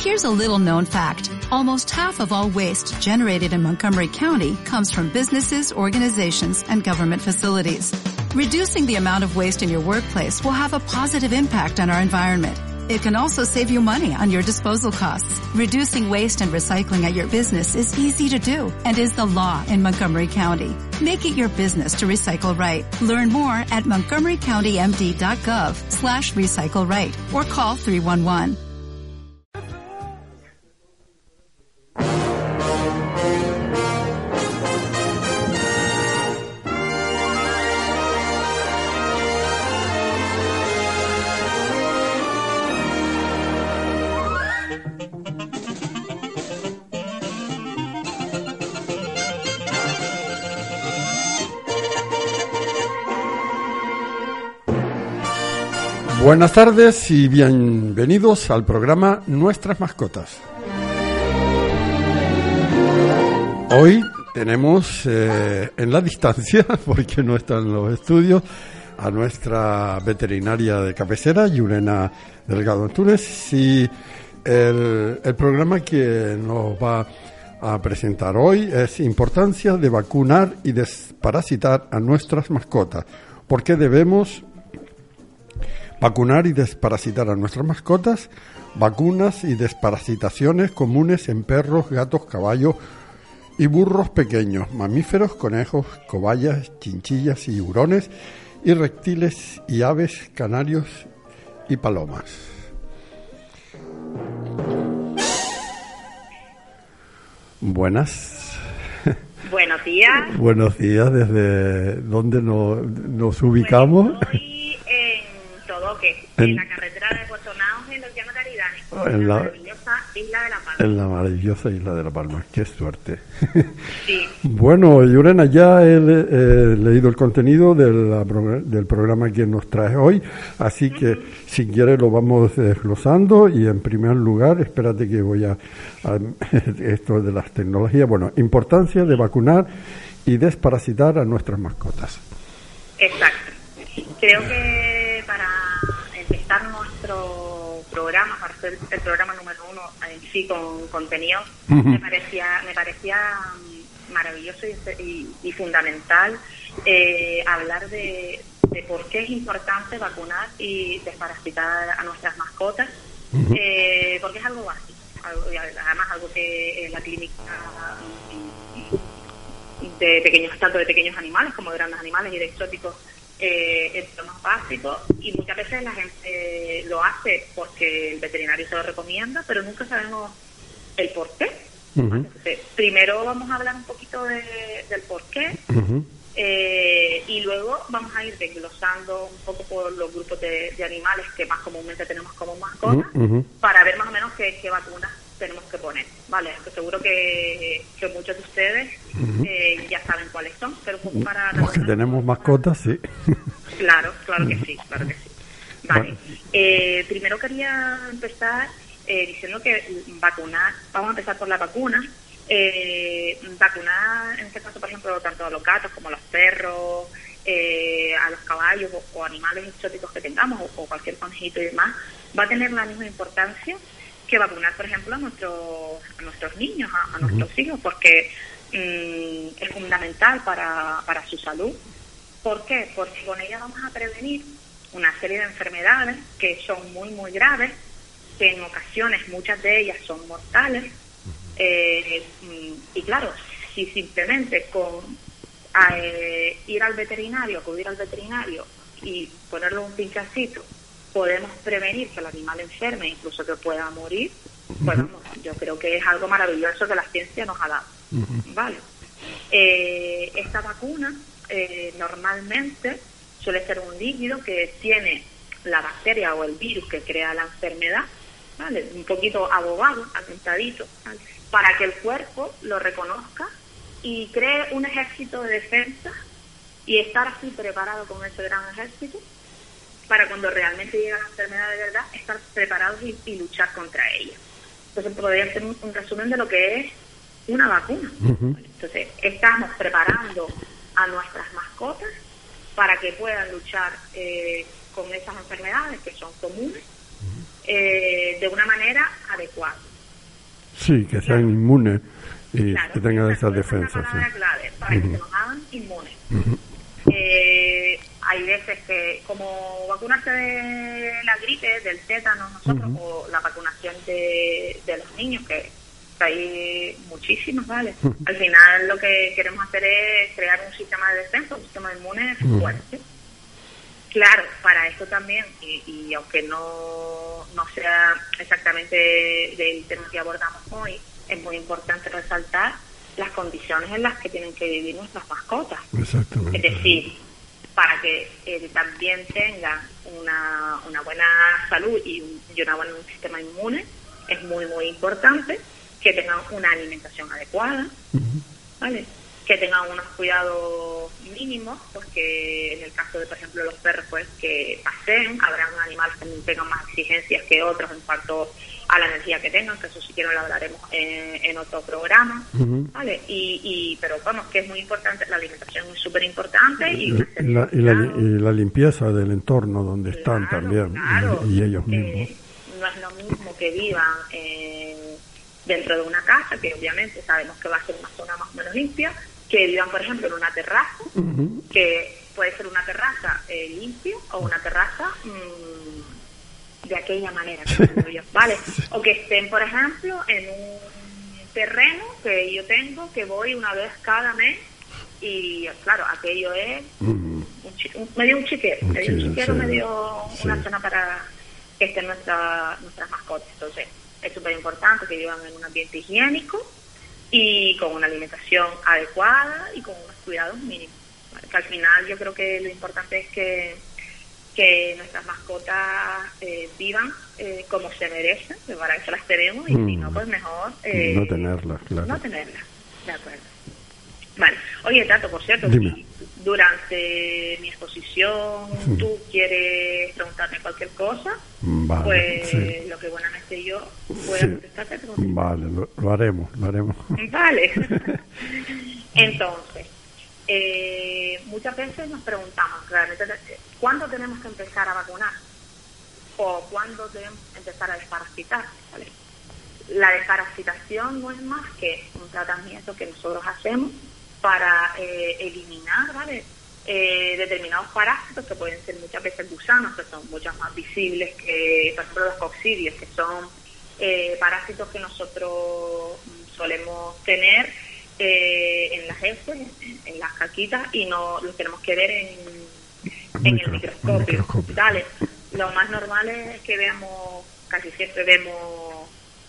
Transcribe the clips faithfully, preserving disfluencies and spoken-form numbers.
Here's a little known fact. Almost half of all waste generated in Montgomery County comes from businesses, organizations, and government facilities. Reducing the amount of waste in your workplace will have a positive impact on our environment. It can also save you money on your disposal costs. Reducing waste and recycling at your business is easy to do and is the law in Montgomery County. Make it your business to recycle right. Learn more at montgomery county m d dot gov slash recycle right or call three one one. Buenas tardes y bienvenidos al programa Nuestras Mascotas. Hoy tenemos eh, en la distancia, porque no está en los estudios, a nuestra veterinaria de cabecera, Yurena Delgado Antunes, y el, el programa que nos va a presentar hoy es Importancia de vacunar y desparasitar a nuestras mascotas. ¿Por qué debemos vacunar y desparasitar a nuestras mascotas? Vacunas y desparasitaciones comunes en perros, gatos, caballos y burros pequeños, mamíferos, conejos, cobayas, chinchillas y hurones, y reptiles y aves, canarios y palomas. Buenas. Buenos días. Buenos días. ¿Desde dónde nos, nos ubicamos? Pues estoy en Todoque, en, en la carretera de Puerto Naos, en los llanos de Aridane, en la maravillosa isla de La Palma. En la maravillosa isla de La Palma. ¡Qué suerte! Sí. Bueno, Yurena, ya he, he leído el contenido de la, del programa que nos trae hoy, así que uh-huh. si quieres lo vamos desglosando. Y en primer lugar, espérate que voy a, a esto de las tecnologías. Bueno, importancia de vacunar y desparasitar a nuestras mascotas. Exacto. Creo que para empezar nuestro programa, para hacer el programa número uno en sí con contenido, uh-huh. me parecía me parecía maravilloso y, y, y fundamental eh, hablar de, de por qué es importante vacunar y desparasitar a nuestras mascotas, uh-huh. eh, porque es algo básico, algo, además algo que en la clínica de pequeños, tanto de pequeños animales como de grandes animales y de exóticos, Eh, es lo más básico, y muchas veces la gente eh, lo hace porque el veterinario se lo recomienda, pero nunca sabemos el por qué. Uh-huh. Entonces, primero vamos a hablar un poquito de, del por qué, uh-huh. eh, y luego vamos a ir desglosando un poco por los grupos de, de animales que más comúnmente tenemos como mascotas, uh-huh. para ver más o menos qué, qué vacunas tenemos que poner, ¿vale? Estoy seguro que, que muchos de ustedes uh-huh. eh, ya saben cuáles son, pero un poco para... Los que tenemos mascotas, sí. Claro, claro que sí, claro que sí. Vale. Bueno. Eh, primero quería empezar eh, diciendo que vacunar, vamos a empezar por la vacuna. Eh, vacunar, en este caso, por ejemplo, tanto a los gatos como a los perros, eh, a los caballos o, o animales exóticos que tengamos, o, o cualquier conejito y demás, va a tener la misma importancia que vacunar, por ejemplo, a nuestros a nuestros niños, a, a nuestros uh-huh. hijos, porque mmm, es fundamental para, para su salud. ¿Por qué? Porque con ella vamos a prevenir una serie de enfermedades que son muy, muy graves, que en ocasiones muchas de ellas son mortales, uh-huh. eh, y claro, si simplemente con eh, ir al veterinario, acudir al veterinario y ponerle un pinchacito, podemos prevenir que el animal enferme, incluso que pueda morir, pues vamos, yo creo que es algo maravilloso que la ciencia nos ha dado. Uh-huh. ¿Vale? Eh, esta vacuna eh, normalmente suele ser un líquido que tiene la bacteria o el virus que crea la enfermedad, ¿vale? Un poquito abobado, atentadito, ¿vale? Para que el cuerpo lo reconozca y cree un ejército de defensa y estar así preparado con ese gran ejército para cuando realmente llega la enfermedad de verdad, estar preparados y, y luchar contra ella. Entonces podría ser un, un resumen de lo que es una vacuna. Uh-huh. Entonces estamos preparando a nuestras mascotas para que puedan luchar eh, con esas enfermedades que son comunes, uh-huh. eh, de una manera adecuada. Sí, que sean inmunes y claro, que tengan esa esas defensas. Es la palabra sí. clave, para uh-huh. que nos hagan inmunes. Uh-huh. Eh, hay veces que, como vacunarse de la gripe, del tétano, nosotros, uh-huh. o la vacunación de, de los niños, que hay muchísimos, ¿vale? Uh-huh. Al final lo que queremos hacer es crear un sistema de defensa, un sistema inmune uh-huh. fuerte. Claro, para esto también, y, y aunque no, no sea exactamente del tema que abordamos hoy, es muy importante resaltar las condiciones en las que tienen que vivir nuestras mascotas. Exactamente. Es decir, para que eh, también tengan una, una buena salud y un, y una buena, un sistema inmune, es muy, muy importante que tengan una alimentación adecuada, uh-huh. ¿vale? Que tengan unos cuidados mínimos, pues que en el caso de, por ejemplo, los perros, pues que paseen, habrán animales que tengan más exigencias que otros en cuanto a la energía que tengan, que eso si quieren lo hablaremos en, en otro programa, uh-huh. ¿vale? Y, y pero vamos, que es muy importante, la alimentación es súper importante y, y, la, y, la, y la limpieza del entorno donde claro, están también, claro, y, y ellos mismos. Eh, no es lo mismo que vivan eh, dentro de una casa, que obviamente sabemos que va a ser una zona más o menos limpia, que vivan, por ejemplo, en una terraza, uh-huh. que puede ser una terraza eh, limpia o una terraza mmm, de aquella manera, que digo yo, ¿vale? O que estén, por ejemplo, en un terreno que yo tengo, que voy una vez cada mes, y claro, aquello es uh-huh. un, chi- un, medio un chiquero, medio sí, un chiquero, sí. medio sí. una zona para que estén nuestra, nuestras mascotas. Entonces, es súper importante que vivan en un ambiente higiénico, y con una alimentación adecuada y con unos cuidados mínimos. ¿Vale? Que al final yo creo que lo importante es que, que nuestras mascotas eh, vivan eh, como se merecen, que para eso las tenemos, y mm. si no, pues mejor... Eh, no tenerlas, claro. No tenerlas, de acuerdo. Vale. Oye, Tato, por cierto, Dime. si durante mi exposición mm. tú quieres preguntarme cualquier cosa, vale, pues sí. lo que buenamente yo pueda sí. contestarte. Vale, lo, lo haremos, lo haremos. Vale. Entonces, eh, muchas veces nos preguntamos, realmente, ¿cuándo tenemos que empezar a vacunar? ¿O cuándo debemos empezar a desparasitar? ¿Vale? La desparasitación no es más que un tratamiento que nosotros hacemos para eh, eliminar, ¿vale? Eh, determinados parásitos que pueden ser muchas veces gusanos, que son muchas más visibles que, por ejemplo, los coccidios, que son eh, parásitos que nosotros solemos tener eh, en las heces, en, en las caquitas, y no los tenemos que ver en, en el microscopio. microscopio. Dale. Lo más normal es que veamos, casi siempre vemos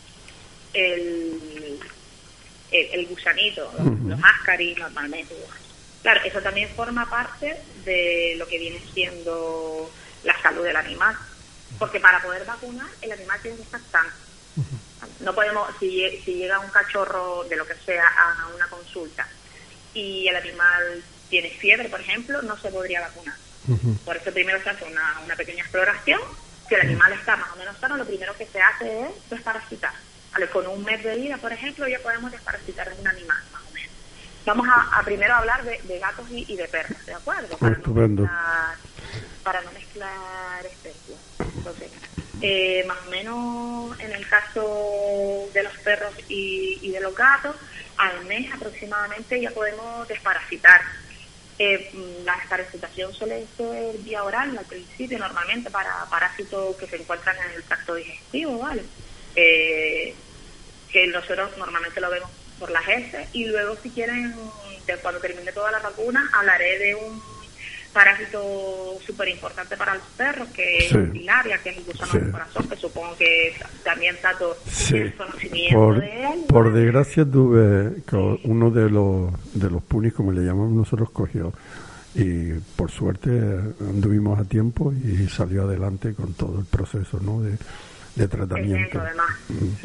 el, el, el gusanito, los, uh-huh. los ascaris normalmente. Claro, eso también forma parte de lo que viene siendo la salud del animal, porque para poder vacunar el animal tiene que estar sano. Uh-huh. No podemos, si, si llega un cachorro de lo que sea a una consulta y el animal tiene fiebre, por ejemplo, no se podría vacunar. Uh-huh. Por eso primero se hace una, una pequeña exploración. Si el animal está más o menos sano, lo primero que se hace es desparasitar. ¿Vale? Con un mes de vida, por ejemplo, ya podemos desparasitar en un animal, más o menos. Vamos a, a primero hablar de, de gatos y, y de perros, ¿de acuerdo? Para no mezclar, para no mezclar especies. Entonces, eh, más o menos en el caso de los perros y, y de los gatos, al mes aproximadamente ya podemos desparasitar. Eh, la desparasitación suele ser vía oral al principio, normalmente para parásitos que se encuentran en el tracto digestivo, ¿vale? Eh, que nosotros normalmente lo vemos por las heces, y luego si quieren, de cuando termine toda la vacuna, hablaré de un parásito súper importante para los perros, que es sí. la filaria, que es el gusano sí. del corazón, que supongo que también Tato sí. tiene conocimiento por, de él. Por ¿no? desgracia tuve que uno de los de los punis, como le llamamos nosotros, cogió, y por suerte anduvimos a tiempo y salió adelante con todo el proceso, ¿no? de, de tratamiento. Además.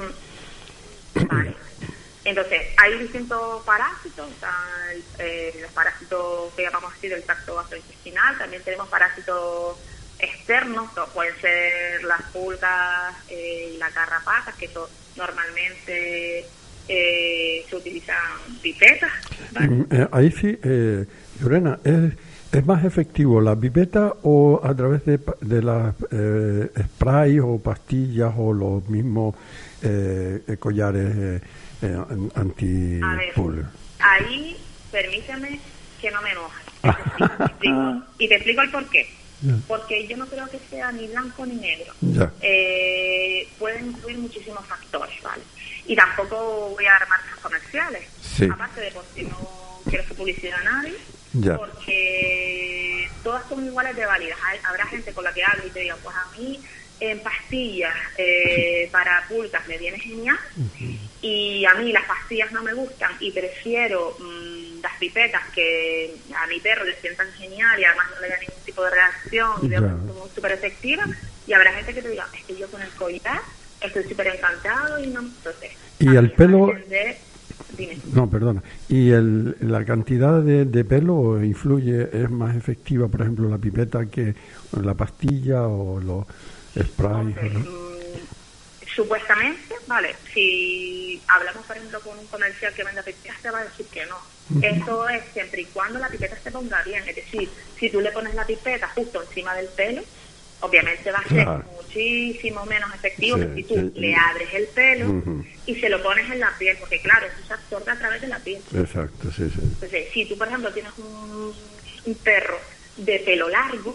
Mm. Vale. Entonces, hay distintos parásitos, están eh, los parásitos que llamamos así del tracto gastrointestinal, también tenemos parásitos externos, que pueden ser las pulgas eh, y las garrapatas, que eso normalmente eh, se utilizan pipetas. ¿Vale? Eh, ahí sí, eh, Lorena, ¿es, ¿es más efectivo la pipeta o a través de, de las eh, sprays o pastillas o los mismos eh, collares eh, eh, anti-pulga. Ahí, permíteme que no me enoje. Y te explico el porqué. Ya. Porque yo no creo que sea ni blanco ni negro. Ya. Eh, pueden incluir muchísimos factores, ¿vale? Y tampoco voy a dar marcas comerciales. Sí. Aparte de porque no quiero hacer publicidad a nadie. Ya. Porque todas son iguales de válidas. Hay, habrá gente con la que hablo y te diga, pues a mí en pastillas eh, para pulgas me viene genial. Uh-huh. Y a mí las pastillas no me gustan y prefiero mmm, las pipetas que a mi perro le sientan genial y además no le da ningún tipo de reacción y veo que son súper efectivas. Y habrá gente que te diga, es que yo con el collar estoy súper encantado y no... Entonces, y el pelo... Entender, dime. No, perdona. ¿Y el, la cantidad de, de pelo influye, es más efectiva, por ejemplo, la pipeta que la pastilla o los sprays? Okay. ¿No? Supuestamente, vale, si hablamos por ejemplo con un comercial que vende pipetas te va a decir que no. Uh-huh. Eso es siempre y cuando la pipeta se ponga bien, es decir, si tú le pones la pipeta justo encima del pelo, obviamente va a ser claro. muchísimo menos efectivo sí, que si tú sí, le abres el pelo uh-huh. y se lo pones en la piel, porque claro, eso se absorbe a través de la piel. Exacto, sí, sí. Entonces, si tú por ejemplo tienes un, un perro de pelo largo,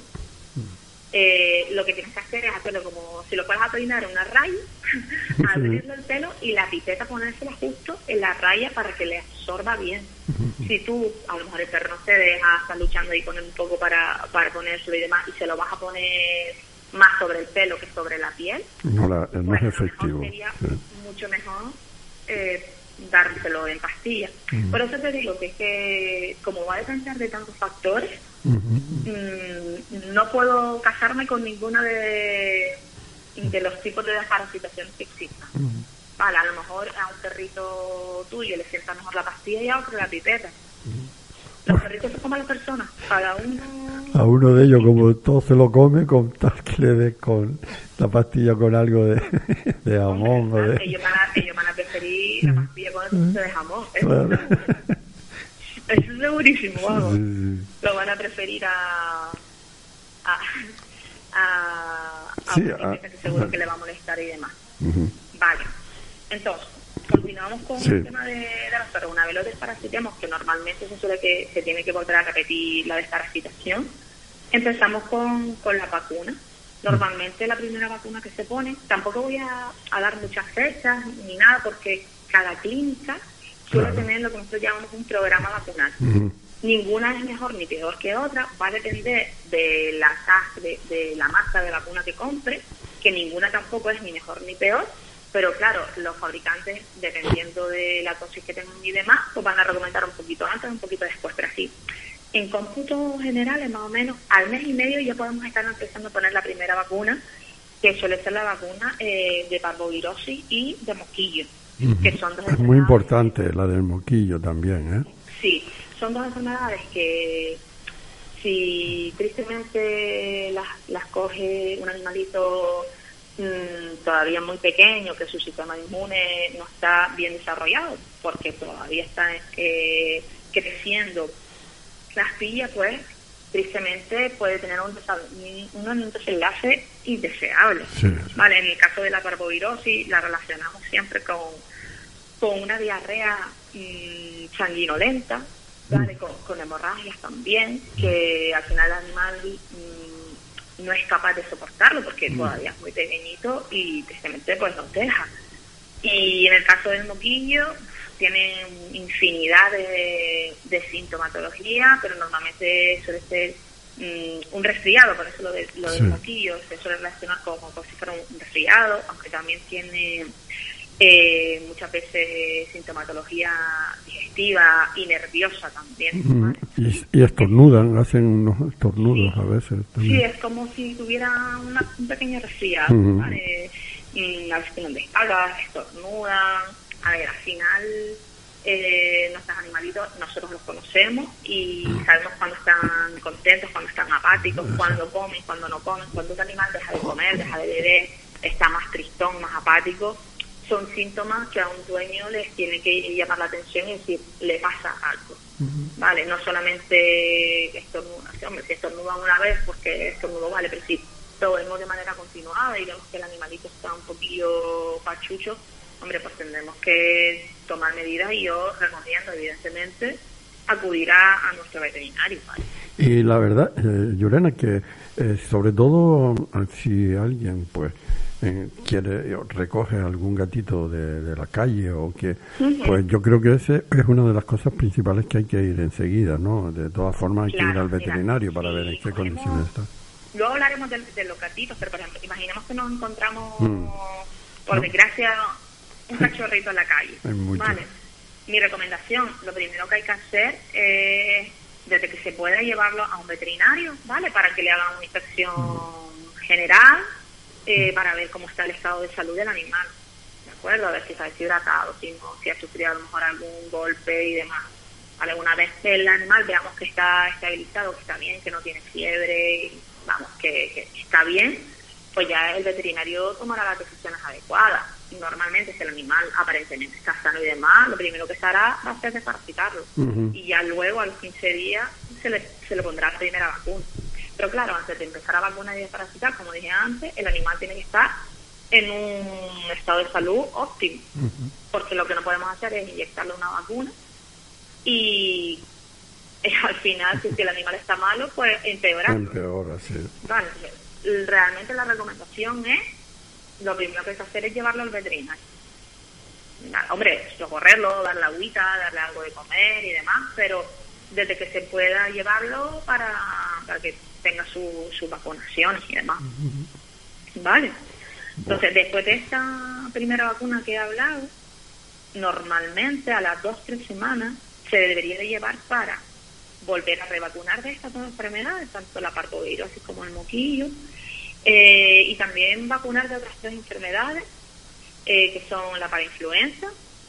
Eh, lo que tienes que hacer es hacerlo como si lo fueras a peinar una raya, abrirle el pelo y la pipeta ponérsela justo en la raya para que le absorba bien. Si tú, a lo mejor el perro no se deja, estás luchando y poner un poco para, para ponérselo y demás, y se lo vas a poner más sobre el pelo que sobre la piel, no, la, es más pues efectivo. Sería sí. mucho mejor eh, dárselo en pastillas. Uh-huh. Por eso te digo que es que como va a depender de tantos factores, Uh-huh. Mm, no puedo casarme con ninguna de, de los tipos de desparasitaciones que existan. Uh-huh. Vale, a lo mejor a un perrito tuyo le sienta mejor la pastilla y a otro la pipeta. Uh-huh. Los perritos son como las personas, cada uno... A uno de ellos, como todo se lo come, con tal que le des con la pastilla con algo de, de jamón. Hombre, o de... ellos, van a, ellos van a preferir la pastilla con el dulce de jamón. Claro. Eso es segurísimo, vamos. Sí, sí. Lo van a preferir a a a, a sí, un a, que seguro a, que le va a molestar y demás. Uh-huh. Vale. Entonces, continuamos con sí. el tema de, de los perros. Una vez lo desparasitemos, que normalmente se suele que se tiene que volver a repetir la desparasitación, empezamos con, con la vacuna. Normalmente la primera vacuna que se pone, tampoco voy a, a dar muchas fechas ni nada, porque cada clínica suele claro. tener lo que nosotros llamamos un programa vacunal. Uh-huh. Ninguna es mejor ni peor que otra, va a depender de la de, de la marca de vacuna que compre, que ninguna tampoco es ni mejor ni peor, pero claro, los fabricantes, dependiendo de la dosis que tengan y demás, pues van a recomendar un poquito antes, un poquito después, pero así, en cómputos generales, más o menos, al mes y medio ya podemos estar empezando a poner la primera vacuna, que suele ser la vacuna eh, de parvovirosis y de mosquillo. Uh-huh. Que son dos es muy importante la del moquillo también, ¿eh? Sí, son dos enfermedades que si tristemente las, las coge un animalito mmm, todavía muy pequeño, que su sistema inmune no está bien desarrollado, porque todavía está eh, creciendo las pillas, pues tristemente puede tener un, un, un desenlace indeseable. Sí. Vale, en el caso de la parvovirosis la relacionamos siempre con, con una diarrea mmm, sanguinolenta, vale, mm. con, con hemorragias también, que al final el animal mmm, no es capaz de soportarlo porque mm. todavía es muy pequeñito y tristemente pues nos deja. Y en el caso del moquillo tienen infinidad de, de sintomatología, pero normalmente suele ser um, un resfriado, por eso lo, de, lo sí. del moquillo se suele relacionar como, como si fuera un resfriado, aunque también tiene eh, muchas veces sintomatología digestiva y nerviosa también. Mm, ¿vale? y, y estornudan, hacen unos estornudos sí. a veces. También. Sí, es como si tuviera una, un pequeño resfriado, mm. ¿vale? Mm, a veces tienen descargas, estornudan. A ver, al final eh, nuestros animalitos nosotros los conocemos y sabemos cuando están contentos, cuando están apáticos, cuando comen, cuando no comen. Cuando un animal deja de comer, deja de beber, está más tristón, más apático, son síntomas que a un dueño les tiene que llamar la atención y decir, le pasa algo. Uh-huh. Vale, no solamente estornudación, si estornudan una vez porque estornudo vale, pero si lo vemos de manera continuada y vemos que el animalito está un poquillo pachucho, hombre, pues tendremos que tomar medidas y yo recomiendo, evidentemente, acudir a, a nuestro veterinario, ¿vale? Y la verdad, eh, Llurena, que eh, sobre todo si alguien pues eh, quiere recoge algún gatito de, de la calle o que, uh-huh. pues yo creo que ese es una de las cosas principales que hay que ir enseguida, ¿no? De todas formas hay claro, que ir al veterinario mira, para sí, ver en qué condiciones está. Luego hablaremos de, de los gatitos, pero por ejemplo, imaginemos que nos encontramos, mm. por no. desgracia, un cachorrito en la calle, ¿vale? Mi recomendación, lo primero que hay que hacer es, desde que se pueda, llevarlo a un veterinario, ¿vale? Para que le hagan una inspección mm. general, eh, para ver cómo está el estado de salud del animal, ¿de acuerdo? A ver si está deshidratado, si, no, si ha sufrido a lo mejor algún golpe y demás. ¿Vale? Una vez que el animal veamos que está estabilizado, que está bien, que no tiene fiebre, vamos, que, que está bien, pues ya el veterinario tomará las decisiones adecuadas. Normalmente, si el animal aparentemente está sano y demás, lo primero que se hará va a ser desparasitarlo. Uh-huh. Y ya luego, a los quince días, se le, se le pondrá la primera vacuna. Pero claro, antes de empezar a vacunar y desparasitar, como dije antes, el animal tiene que estar en un estado de salud óptimo. Uh-huh. Porque lo que no podemos hacer es inyectarle una vacuna y eh, al final, si el animal está malo, pues empeora. Empeora, sí. Vale, realmente la recomendación es, lo primero que hay que hacer es llevarlo al veterinario. Hombre, socorrerlo, darle agüita, darle algo de comer y demás, pero desde que se pueda llevarlo para, para que tenga su, sus vacunaciones y demás. Uh-huh. Vale. Entonces, después de esta primera vacuna que he hablado, normalmente a las dos tres semanas se debería de llevar para volver a revacunar de estas dos enfermedades, tanto la parvovirosis como el moquillo, eh, y también vacunar de otras tres enfermedades, eh, que son la parainfluenza,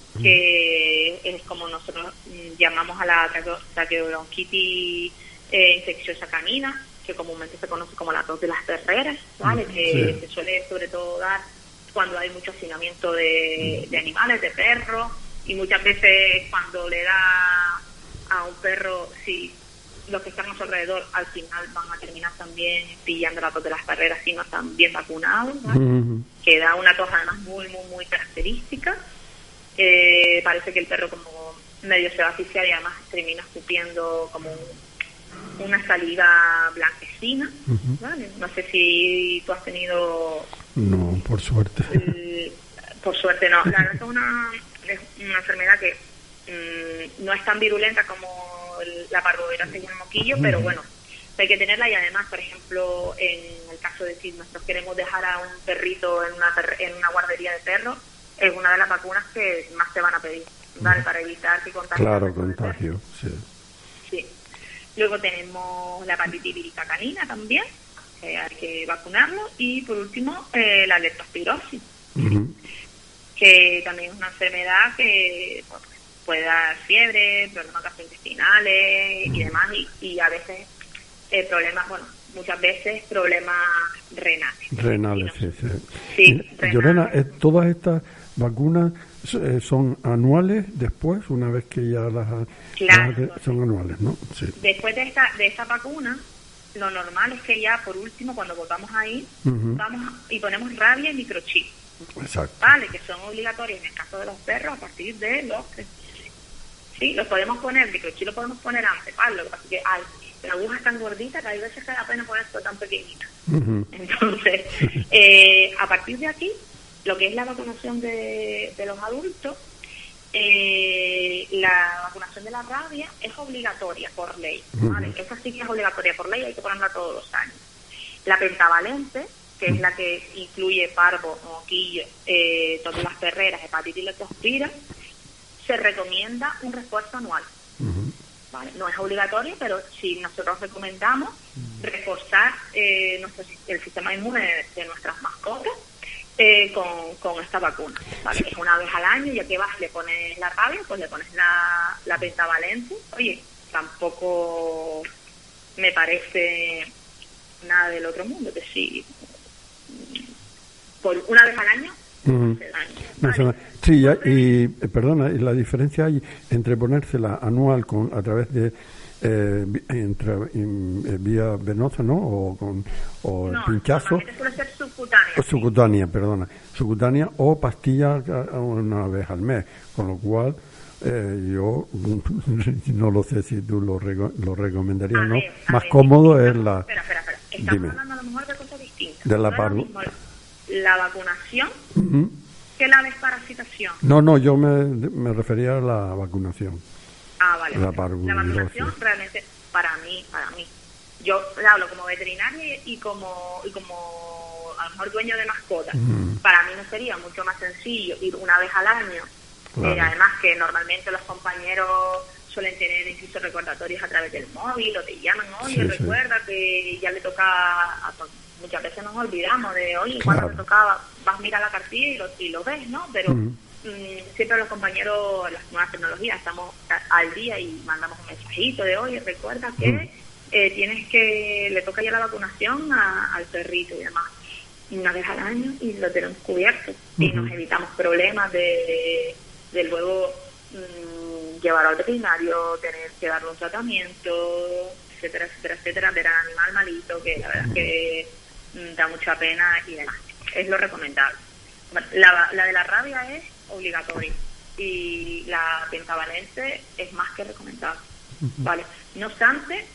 que es como nosotros llamamos a la traqueobronquitis eh, infecciosa canina, que comúnmente se conoce como la tos de las perreras, ¿vale? Que sí. se suele sobre todo dar cuando hay mucho hacinamiento de, de animales, de perros, y muchas veces cuando le da a un perro, si los que están a su alrededor al final van a terminar también pillando la tos de las perreras si no están bien vacunados, ¿vale? Uh-huh. Que da una tos además muy, muy, muy característica. Eh, parece que el perro como medio se va a asfixiar y además termina escupiendo como un, una saliva blanquecina, uh-huh. ¿vale? No sé si tú has tenido... No, por suerte. El, por suerte no. La verdad es una, es una enfermedad que mmm, no es tan virulenta como el, la parvovirosis y el moquillo, uh-huh. pero bueno, hay que tenerla. Y además, por ejemplo, en el caso de si nosotros queremos dejar a un perrito en una, en una guardería de perros, es una de las vacunas que más te van a pedir, ¿vale? Uh-huh. Para evitar que contagien. Claro, contagio, sí. Sí. Luego tenemos la hepatitis vírica canina también, que hay que vacunarlo. Y por último, eh, la leptospirosis, uh-huh. que también es una enfermedad que pues, puede dar fiebre, problemas gastrointestinales uh-huh. y demás, y, y a veces eh, problemas, bueno, muchas veces problemas renales. Renales, sí, sí. Sí, eh, Llurena, eh, todas estas vacunas eh, son anuales después, una vez que ya las... Claro. las son anuales, ¿no? Sí. Después de esta, de esta vacuna, lo normal es que ya, por último, cuando volvamos a ir, uh-huh. vamos y ponemos rabia y microchip. Exacto. Vale, que son obligatorios en el caso de los perros a partir de los tres. Sí, los podemos poner, microchip lo podemos poner antes, ¿vale? Lo que pasa es que hay, la aguja es tan gordita que hay veces que da pena poner esto tan pequeñita. Uh-huh. Entonces, eh, a partir de aquí, lo que es la vacunación de, de los adultos, eh, la vacunación de la rabia es obligatoria por ley, ¿vale? Uh-huh. Esa sí que es obligatoria por ley, hay que ponerla todos los años. La pentavalente, que es la que incluye parvo, moquillo, eh, todas las perreras, hepatitis y leptospira, se recomienda un refuerzo anual. Uh-huh. ¿Vale? No es obligatorio, pero sí nosotros recomendamos reforzar eh, nuestro, el sistema inmune de, de nuestras mascotas eh, con, con esta vacuna, ¿vale? Sí. Es una vez al año, ya que vas, le pones la rabia, pues le pones la, la pentavalente. Oye, tampoco me parece nada del otro mundo, que sí, por una vez al año, uh-huh. hace daño, ¿vale? Sí, ya, y eh, perdona, la diferencia hay entre ponérsela anual con a través de eh, entre, in, eh, vía venosa, ¿no? O con o No, pinchazo. normalmente suele ser subcutánea. O subcutánea, perdona. Subcutánea o pastilla una vez al mes. Con lo cual, eh, yo no lo sé si tú lo, rego, lo recomendarías o no. Ver, Más ver, cómodo estamos, es la... Espera, espera, espera. Estamos Dime. hablando a lo mejor de cosas distintas. De la No es lo parvo- mismo la vacunación Uh-huh. que la desparasitación. No, no, yo me, me refería a la vacunación. Ah, vale. La vale. parvovirosis. La vacunación realmente, para mí, para mí, yo hablo como veterinaria y como y como a lo mejor dueño de mascotas. Mm. Para mí no sería mucho más sencillo ir una vez al año. Claro. Eh, además que normalmente los compañeros suelen tener incluso recordatorios a través del móvil o te llaman, oye, Sí, sí. recuerda que ya le toca a to- muchas veces nos olvidamos de, oye, Claro. cuando te tocaba, vas a mirar la cartilla y lo, y lo ves, ¿no? Pero Mm. mm, siempre los compañeros, las nuevas tecnologías, estamos a- al día y mandamos un mensajito de, oye, recuerda que Mm. eh, tienes que, le toca ya la vacunación a- al perrito y demás, una vez al año y lo tenemos cubierto y Ujú. nos evitamos problemas de, de luego mm, llevarlo al veterinario, tener que darle un tratamiento, etcétera, etcétera, etcétera, ver al animal malito, que la verdad es que mm, da mucha pena y demás. Es lo recomendable. Bueno, La, la de la rabia es obligatoria y la pentavalente es más que recomendable. Vale. No obstante,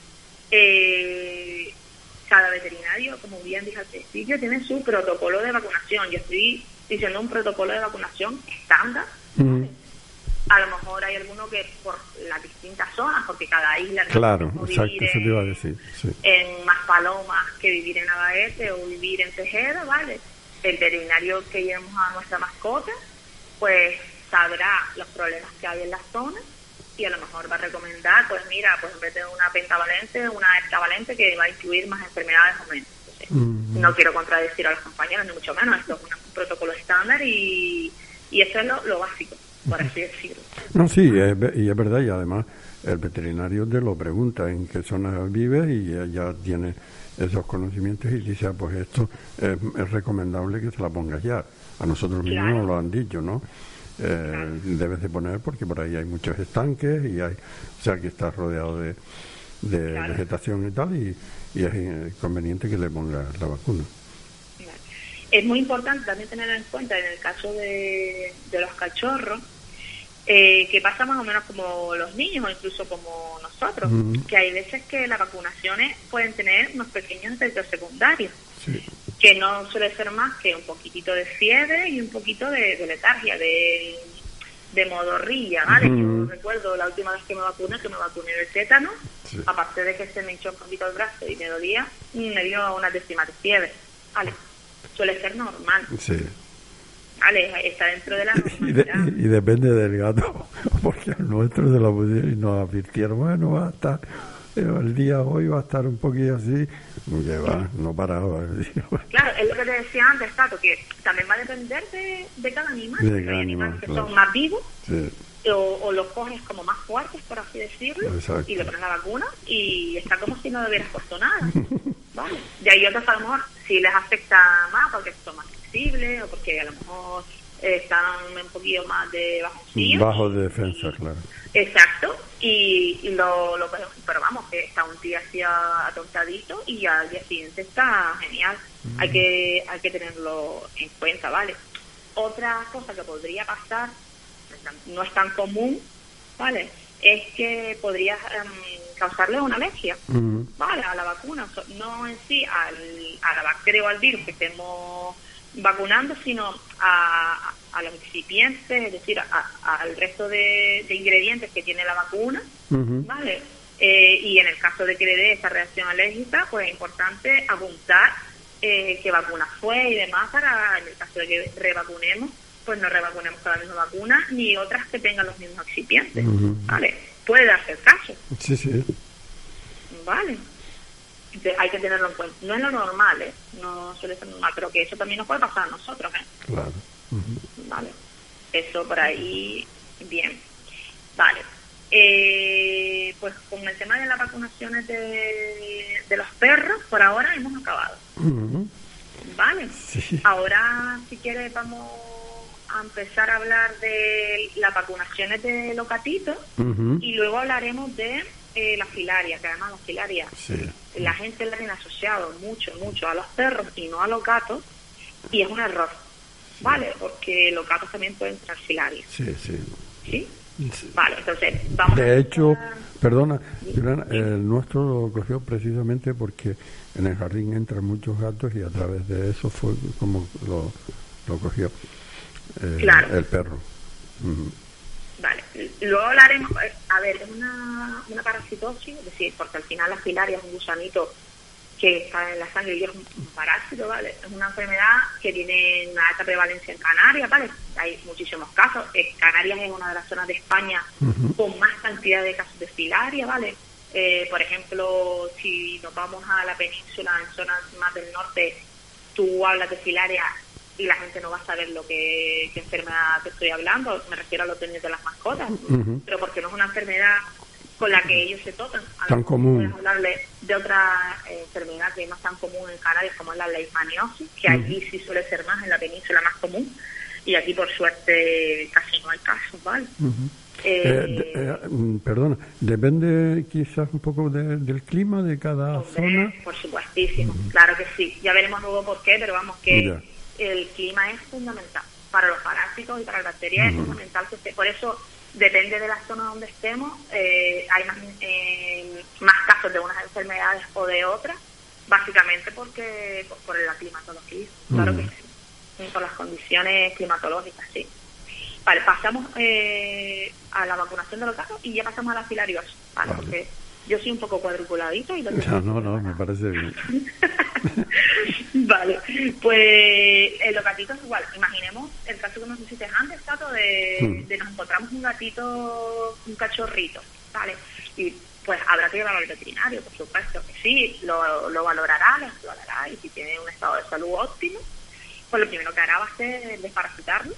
eh, cada veterinario, como bien dije al principio, tiene su protocolo de vacunación. Yo estoy diciendo un protocolo de vacunación estándar. Mm. A lo mejor hay alguno que por las distintas zonas, porque cada isla no Claro, es como exacto, vivir eso te iba a decir. Sí. en Maspalomas que vivir en Navaete o vivir en Tejeda, ¿vale? El veterinario que llevemos a nuestra mascota, pues sabrá los problemas que hay en la zona y a lo mejor va a recomendar, pues mira, pues en vez de una pentavalente, una heptavalente que va a incluir más enfermedades o menos. Entonces, Mm. no quiero contradecir a los compañeros, ni mucho menos, esto es un, un protocolo estándar y, y eso es lo, lo básico, por así decirlo. No, sí, es, ve- y es verdad, y además el veterinario te lo pregunta en qué zona vive y eh, ya tiene esos conocimientos y dice, ah, pues esto eh, es recomendable que se la pongas ya. A nosotros mismos Claro. nos lo han dicho, ¿no? Eh, Claro. Debes de poner porque por ahí hay muchos estanques y hay, o sea, que estás rodeado de, de Claro. vegetación y tal y, y es eh, conveniente que le pongas la vacuna. Es muy importante también tener en cuenta en el caso de, de los cachorros, eh, que pasa más o menos como los niños o incluso como nosotros, Mm. que hay veces que las vacunaciones pueden tener unos pequeños efectos secundarios, Sí. que no suele ser más que un poquitito de fiebre y un poquito de, de letargia, de, de modorrilla, ¿vale? Ujú. Yo recuerdo la última vez que me vacuné, que me vacuné del tétano, Sí. aparte de que se me hinchó un poquito el brazo y me dolía, me dio una décima de fiebre, ¿vale? Suele ser normal, Sí. ¿vale? Está dentro de la Y, de- normalidad. y depende del gato, porque al nuestro se lo pusieron y nos advirtieron, bueno, va a estar, eh, el día hoy va a estar un poquillo así, que va, no paraba el día. Claro, es lo que te decía antes, Tato, que también va a depender de, de cada animal. De porque cada hay animal, animales que claro. son más vivos Sí, o, o los coges como más fuertes, por así decirlo, Exacto. y le pones la vacuna y está como si no le hubieras puesto nada. ¿Vale? De ahí otros a lo mejor sí les afecta más porque son más flexibles o porque a lo mejor eh, están un poquillo más de bajoncillo. bajo de defensa, claro. Exacto, y, y lo, lo pero vamos, que está un día así atontadito y al día siguiente está genial. Mm. Hay que hay que tenerlo en cuenta, ¿vale? Otra cosa que podría pasar, no es tan común, ¿vale? Es que podría em, causarle una alergia, Ujú. ¿vale? A la vacuna, So- no en sí al, a la bacteria o al virus que estemos vacunando, sino a, a los excipientes, es decir, a- a- al resto de, de ingredientes que tiene la vacuna, Ujú. ¿vale? Eh, y en el caso de que le dé esa reacción alérgica, pues es importante apuntar eh, qué vacuna fue y demás para, en el caso de que revacunemos, pues no revacunemos con la misma vacuna ni otras que tengan los mismos excipientes, Ujú. ¿vale? Puede darse el caso, Sí, sí. ¿vale? Entonces, hay que tenerlo en cuenta. No es lo normal, ¿eh? No suele ser normal, pero que eso también nos puede pasar a nosotros, ¿eh? Claro. Ujú. Vale, eso por ahí, bien. Vale, eh, pues con el tema de las vacunaciones de, de los perros, por ahora hemos acabado. Ujú. Vale, Sí. ahora si quieres vamos a empezar a hablar de las vacunaciones de los gatitos Ujú. y luego hablaremos de eh, la filaria, que además la filaria, sí. la gente la tiene asociado mucho, mucho a los perros y no a los gatos, y es un error, sí. ¿Vale? Porque los gatos también pueden tener filaria. Sí, sí. ¿Sí? Sí. Vale, entonces vamos de a... hecho, perdona, Juliana, el nuestro lo cogió precisamente porque en el jardín entran muchos gatos y a través de eso fue como lo, lo cogió eh, claro. el perro. Uh-huh. Vale, luego hablaremos, a ver, es una, una parasitosis, es decir, porque al final la filaria es un gusanito que está en la sangre y es un, un parásito, ¿vale? Es una enfermedad que tiene una alta prevalencia en Canarias, ¿vale? Hay muchísimos casos. Eh, Canarias es una de las zonas de España uh-huh. con más cantidad de casos de filaria, ¿vale? Eh, por ejemplo, si nos vamos a la península, en zonas más del norte, tú hablas de filaria y la gente no va a saber lo que qué enfermedad te estoy hablando. Me refiero a los tenis de las mascotas, uh-huh. pero porque no es una enfermedad con la que ellos se tocan. A tan común. Puedes hablarle de otra eh, enfermedad que no es tan común en Canarias, como es la leishmaniosis, que uh-huh. allí sí suele ser más, en la península más común, y aquí por suerte casi no hay casos, ¿vale? Uh-huh. Eh, eh, de, eh, perdona, depende quizás un poco de, del clima de cada hombre, zona. Por supuestísimo, uh-huh. claro que sí. Ya veremos luego por qué, pero vamos que yeah. el clima es fundamental para los parásitos y para las bacterias, uh-huh. es fundamental que esté. Por eso depende de la zona donde estemos, eh, hay más, eh, más casos de unas enfermedades o de otras, básicamente porque por, por la climatología, uh-huh. claro que sí, por las condiciones climatológicas, sí. Vale, pasamos eh, a la vacunación de los gatos y ya pasamos a la filariosis, ¿vale? Vale. Porque yo soy un poco cuadriculadito y lo no, no, no, me parece bien. Vale, pues en los gatitos igual, imaginemos el caso que nos hiciste antes, Tato, de, hmm. de nos encontramos un gatito, un cachorrito, ¿vale? Y pues habrá que llevarlo al veterinario, por supuesto que sí, lo, lo valorará, lo explorará, y si tiene un estado de salud óptimo, pues lo primero que hará va a ser desparasitarlo.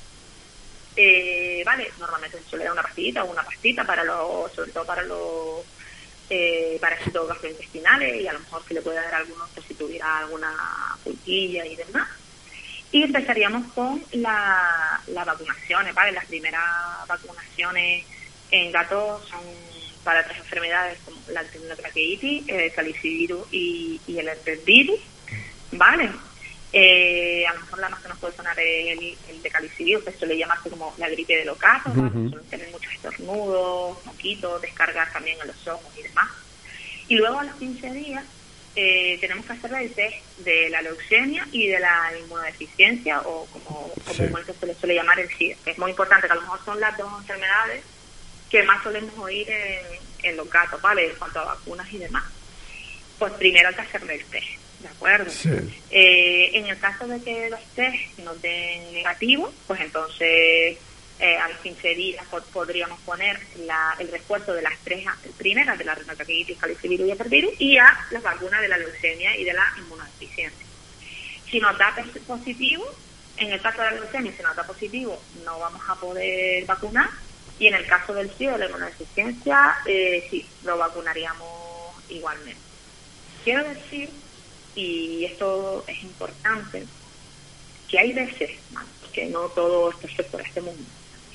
Eh, vale, normalmente se suele dar una pastillita o una pastita para los, sobre todo para los eh, parásitos gastrointestinales, y a lo mejor se le puede dar algunos si tuviera alguna pulquilla y demás. Y empezaríamos con la, las vacunaciones, ¿vale? Las primeras vacunaciones en gatos son para tres enfermedades como la tecnotraqueitis, el calicivirus y, y el herpesvirus, ¿vale? Eh, a lo mejor la más que nos puede sonar es el, el de calicivirus, que suele llamarse como la gripe de los gatos, ¿no? Uh-huh. Suelen tener muchos estornudos, moquitos, descargas también en los ojos y demás. Y luego a los quince días eh, tenemos que hacer el test de la leucemia y de la inmunodeficiencia, o como comúnmente sí. se le suele llamar el SIDA, que es muy importante, que a lo mejor son las dos enfermedades que más solemos oír en, en los gatos, ¿vale? En cuanto a vacunas y demás. Pues primero hay que hacerle el test, ¿de acuerdo? Sí. Eh, en el caso de que los test nos den negativo, pues entonces eh, a los quince días pod- podríamos poner la, el refuerzo de las tres primeras, de la rinotraqueitis, calicivirus y herpesvirus, y a las vacunas de la leucemia y de la inmunodeficiencia. Si nos da positivo, en el caso de la leucemia, si nos da positivo, no vamos a poder vacunar, y en el caso del SIDA, de la inmunodeficiencia, eh, sí, lo vacunaríamos igualmente. Quiero decir, y esto es importante, que hay veces, que no todo es perfecto en este mundo,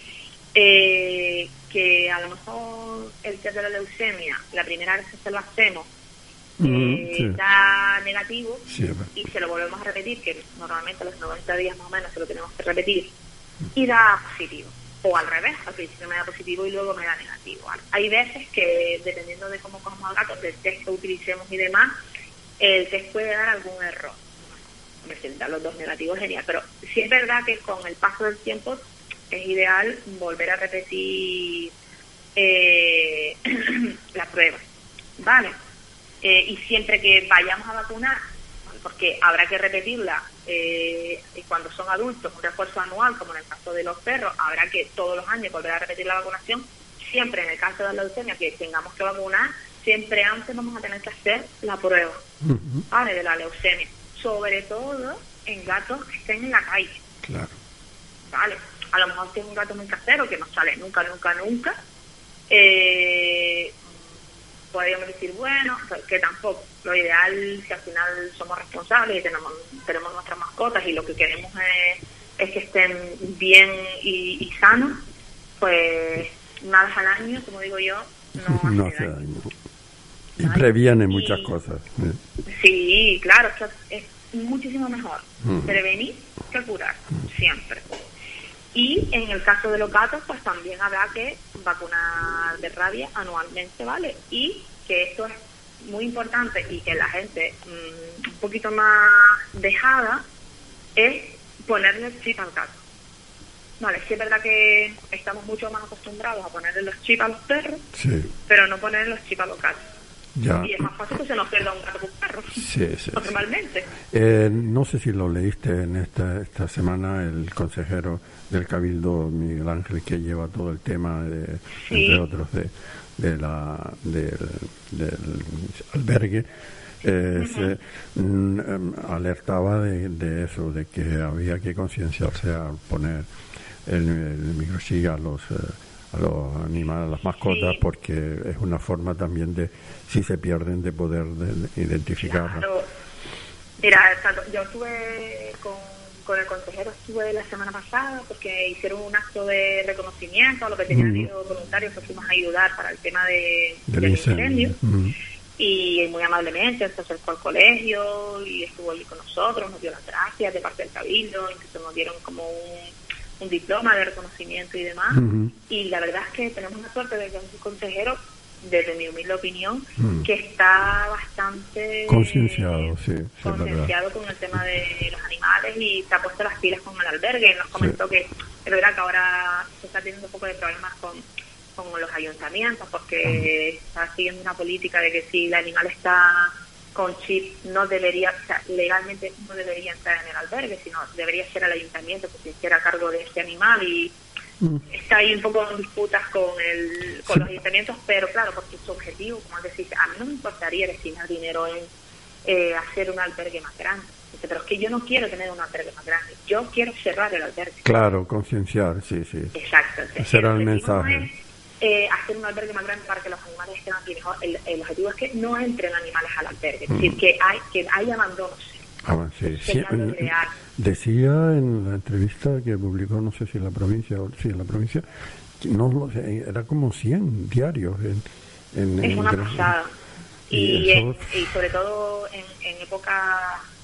eh, que a lo mejor el test de la leucemia, la primera vez que se lo hacemos, eh, sí. da negativo, sí, y se lo volvemos a repetir, que normalmente a los noventa días más o menos se lo tenemos que repetir, y da positivo. O al revés, al principio me da positivo y luego me da negativo. Hay veces que, dependiendo de cómo cojamos al gato, del test que utilicemos y demás, el test puede dar algún error. Me sientan los dos negativos, genial. Pero sí es verdad que con el paso del tiempo es ideal volver a repetir eh, la prueba, ¿vale? Eh, y siempre que vayamos a vacunar, porque habrá que repetirla eh, cuando son adultos, un refuerzo anual, como en el caso de los perros, habrá que todos los años volver a repetir la vacunación. Siempre en el caso de la leucemia que tengamos que vacunar, siempre antes vamos a tener que hacer la prueba, uh-huh. ¿vale? De la leucemia, sobre todo en gatos que estén en la calle. Claro. Vale, a lo mejor si es un gato muy casero que no sale nunca, nunca, nunca, eh, podríamos decir, bueno, que tampoco. Lo ideal, si al final somos responsables y tenemos, tenemos nuestras mascotas y lo que queremos es, es que estén bien y, y sanos, pues una vez al año, como digo yo, no, no hace hace daño. daño. Y previene muchas y, cosas. ¿sí? sí, claro, es muchísimo mejor uh-huh. prevenir que curar, uh-huh. siempre. Y en el caso de los gatos, pues también habrá que vacunar de rabia anualmente, ¿vale? Y que esto es muy importante y que la gente mmm, un poquito más dejada es ponerle el chip al gato. Vale, sí es verdad que estamos mucho más acostumbrados a ponerle los chips a los perros, sí. pero no ponerle los chips a los gatos. Ya. Y es más fácil que se nos pierda un gato que un perro, sí, sí, normalmente. Sí. Eh, no sé si lo leíste en esta esta semana, el consejero del Cabildo, Miguel Ángel, que lleva todo el tema, de, sí. entre otros, de, de la del, del albergue, eh, uh-huh. se mm, alertaba de, de eso, de que había que concienciarse a poner el, el microchip a los... Eh, a los animales, a las mascotas, sí. porque es una forma también de, si se pierden, de poder de, de identificarlas. Claro. Mira, yo estuve con, con el consejero, estuve la semana pasada, porque hicieron un acto de reconocimiento a los veterinarios mm. voluntarios que fuimos a ayudar para el tema de, del, del incendio. Mm. Y muy amablemente se acercó al colegio y estuvo allí con nosotros, nos dio las gracias de parte del Cabildo, incluso nos dieron como un un diploma de reconocimiento y demás, uh-huh. y la verdad es que tenemos la suerte de que es un consejero, desde mi humilde opinión, uh-huh. que está bastante concienciado, sí, sí, concienciado con el tema de los animales y se ha puesto las pilas con el albergue. Nos comentó sí. que es verdad que ahora se está teniendo un poco de problemas con, con los ayuntamientos, porque uh-huh. está siguiendo una política de que si el animal está con chip no debería, o sea, legalmente no debería entrar en el albergue, sino debería ser el ayuntamiento que se hiciera cargo de ese animal, y mm. está ahí un poco en disputas con el con sí. los ayuntamientos, pero claro, porque su objetivo, como decís, a mí no me importaría destinar dinero en eh, hacer un albergue más grande, pero es que yo no quiero tener un albergue más grande, yo quiero cerrar el albergue. Claro, concienciar, sí, sí. Exacto. Ese era el mensaje. No es, Eh, hacer un albergue más grande para que los animales estén aquí mejor. El, el objetivo es que no entren animales al albergue, es decir, mm. que hay que hay abandono. Ah, sí. Sí, en, decía en la entrevista que publicó, no sé si en la provincia o sí en la provincia, no lo sé, era como cien diarios en, en es en una el, pasada y, y, eso... en, y sobre todo en, en épocas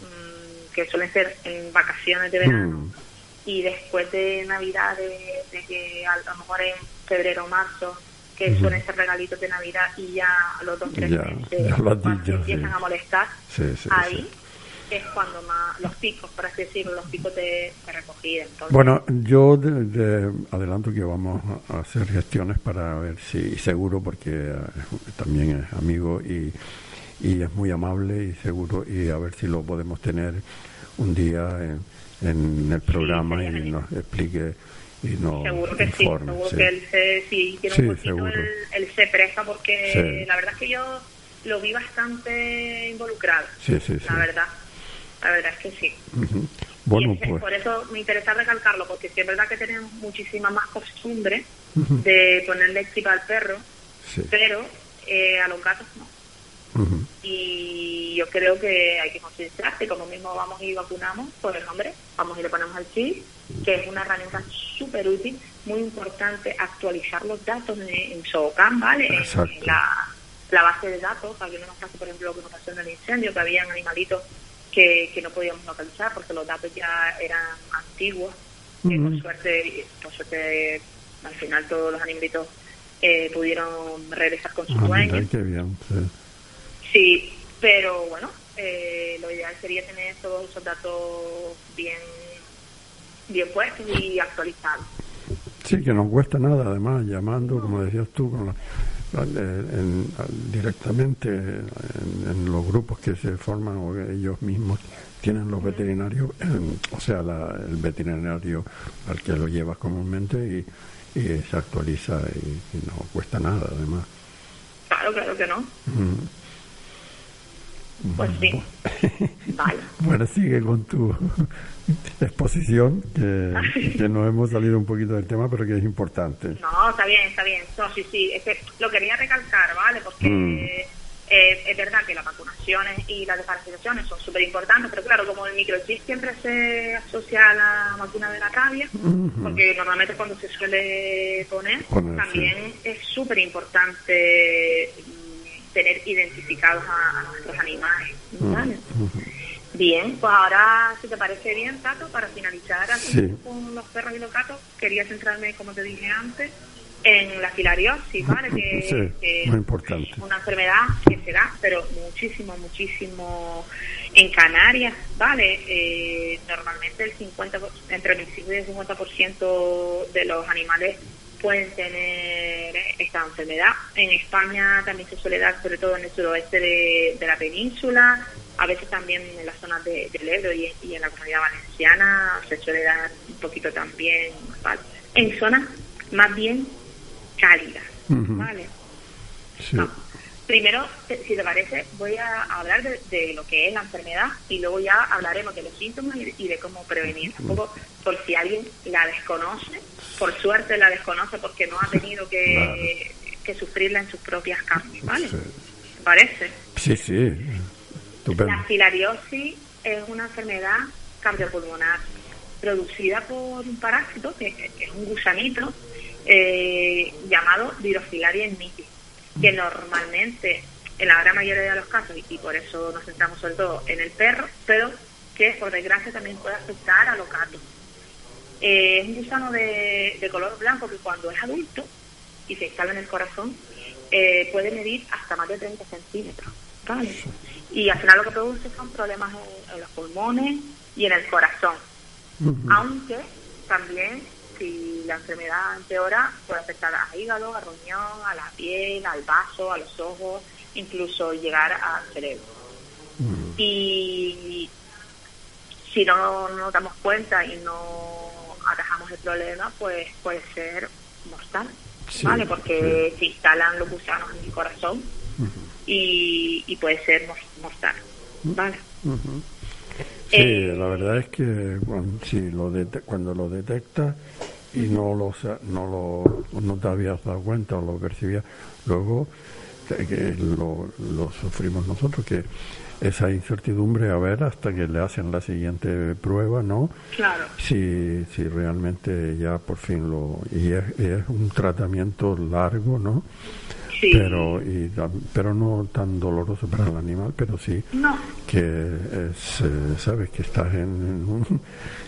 mmm, que suelen ser en vacaciones de verano mm. y después de Navidad, de, de que a lo mejor en febrero o marzo, que uh-huh. suelen ser regalitos de Navidad, y ya a los dos tres ya, meses ya cuando dicho, empiezan sí. a molestar, sí, sí, ahí sí. es cuando más los picos, por así decirlo, los picos de, de recogida. Entonces, bueno, yo de, de, adelanto que vamos a hacer gestiones para ver si, seguro, porque uh, también es amigo y, y es muy amable y seguro, y a ver si lo podemos tener un día en, en el programa sí, y nos explique y nos seguro que informe, sí, seguro sí. que él se, sí, tiene sí, un poquito, seguro. Él, él se presta porque sí. la verdad es que yo lo vi bastante involucrado, sí, sí, la sí. verdad, la verdad es que sí. Uh-huh. Bueno, es, pues. Por eso me interesa recalcarlo, porque sí es verdad que tenemos muchísima más costumbre uh-huh. de ponerle chip al perro, sí. pero eh, a los gatos no. Uh-huh. Y yo creo que hay que concienciarse, como mismo vamos y vacunamos, pues hombre, vamos y le ponemos el chip, que es una herramienta súper útil, muy importante actualizar los datos en, en SOCAM, ¿vale? Exacto. En la, la base de datos, para que no nos pase, por ejemplo, lo que nos pasó en el incendio, que habían animalitos que, que no podíamos localizar porque los datos ya eran antiguos, uh-huh. que por suerte, por suerte, al final todos los animalitos eh, pudieron regresar con su ah, dueño. Mira, qué bien, sí. Sí, pero bueno, eh, lo ideal sería tener todos esos datos bien, bien puestos y actualizados. Sí, que no cuesta nada, además, llamando, no. como decías tú, con la, en, en, directamente en, en los grupos que se forman o que ellos mismos tienen los veterinarios, en, o sea, la, el veterinario al que lo llevas comúnmente y, y se actualiza y, y no cuesta nada, además. Claro, claro que no. Mm. Pues sí. Vale. Bueno, sigue con tu exposición, que, que nos hemos salido un poquito del tema, pero que es importante. No, está bien, está bien. No, sí, sí. Es que lo quería recalcar, ¿vale? Porque mm. eh, es verdad que las vacunaciones y las desparasitaciones son súper importantes, pero claro, como el microchip siempre se asocia a la vacuna de la rabia, mm-hmm. porque normalmente cuando se suele poner, poner también sí. es súper importante tener identificados a, a nuestros animales, ¿vale? Uh-huh. Bien, pues ahora, si te parece bien, Tato, para finalizar así Sí. con los perros y los gatos, quería centrarme, como te dije antes, en la filariosis, ¿vale? Que, Sí, que muy importante. es una enfermedad que se da, pero muchísimo, muchísimo en Canarias, ¿vale? Eh, normalmente el cincuenta, entre el veinticinco y el cincuenta por ciento de los animales pueden tener esta enfermedad. En España también se suele dar, sobre todo en el suroeste de, de la península, a veces también en las zonas de, del Ebro y, y en la Comunidad Valenciana se suele dar un poquito también, ¿vale? En zonas más bien cálidas, Uh-huh. ¿vale? Sí. No. Primero, si te parece, voy a hablar de, de lo que es la enfermedad y luego ya hablaremos de los síntomas y de, y de cómo prevenirla. Un poco por si alguien la desconoce, por suerte la desconoce porque no ha tenido que, claro. que sufrirla en sus propias carnes, ¿vale? Sí. ¿Te parece? Sí, sí. Estupendo. La filariosis es una enfermedad cardiopulmonar producida por un parásito, que, que es un gusanito, eh, llamado Virofilaria ignitis, que normalmente, en la gran mayoría de los casos, y por eso nos centramos sobre todo en el perro, pero que por desgracia también puede afectar a los gatos. Eh, es un gusano de, de color blanco que cuando es adulto y se instala en el corazón, eh, puede medir hasta más de treinta centímetros, ¿vale? Y al final lo que produce son problemas en, en los pulmones y en el corazón. Uh-huh. Aunque también, si la enfermedad empeora, puede afectar al hígado, al riñón, a la piel, al vaso, a los ojos, incluso llegar al cerebro. Uh-huh. Y si no nos damos cuenta y no atajamos el problema, pues puede ser mortal, sí, ¿vale? Porque sí. se instalan los gusanos en el corazón. Uh-huh. y, y puede ser mortal, ¿vale? Uh-huh. Sí, eh, la verdad es que bueno, sí, lo de, cuando lo detectas y no lo, no lo no te habías dado cuenta o lo percibías, luego que lo, lo sufrimos nosotros, que esa incertidumbre a ver hasta que le hacen la siguiente prueba, ¿no? Claro. Si, si realmente ya por fin lo... Y es, es un tratamiento largo, ¿no? Sí. Pero y, pero no tan doloroso para el animal, pero sí no. que es, eh, sabes que estás en, en un...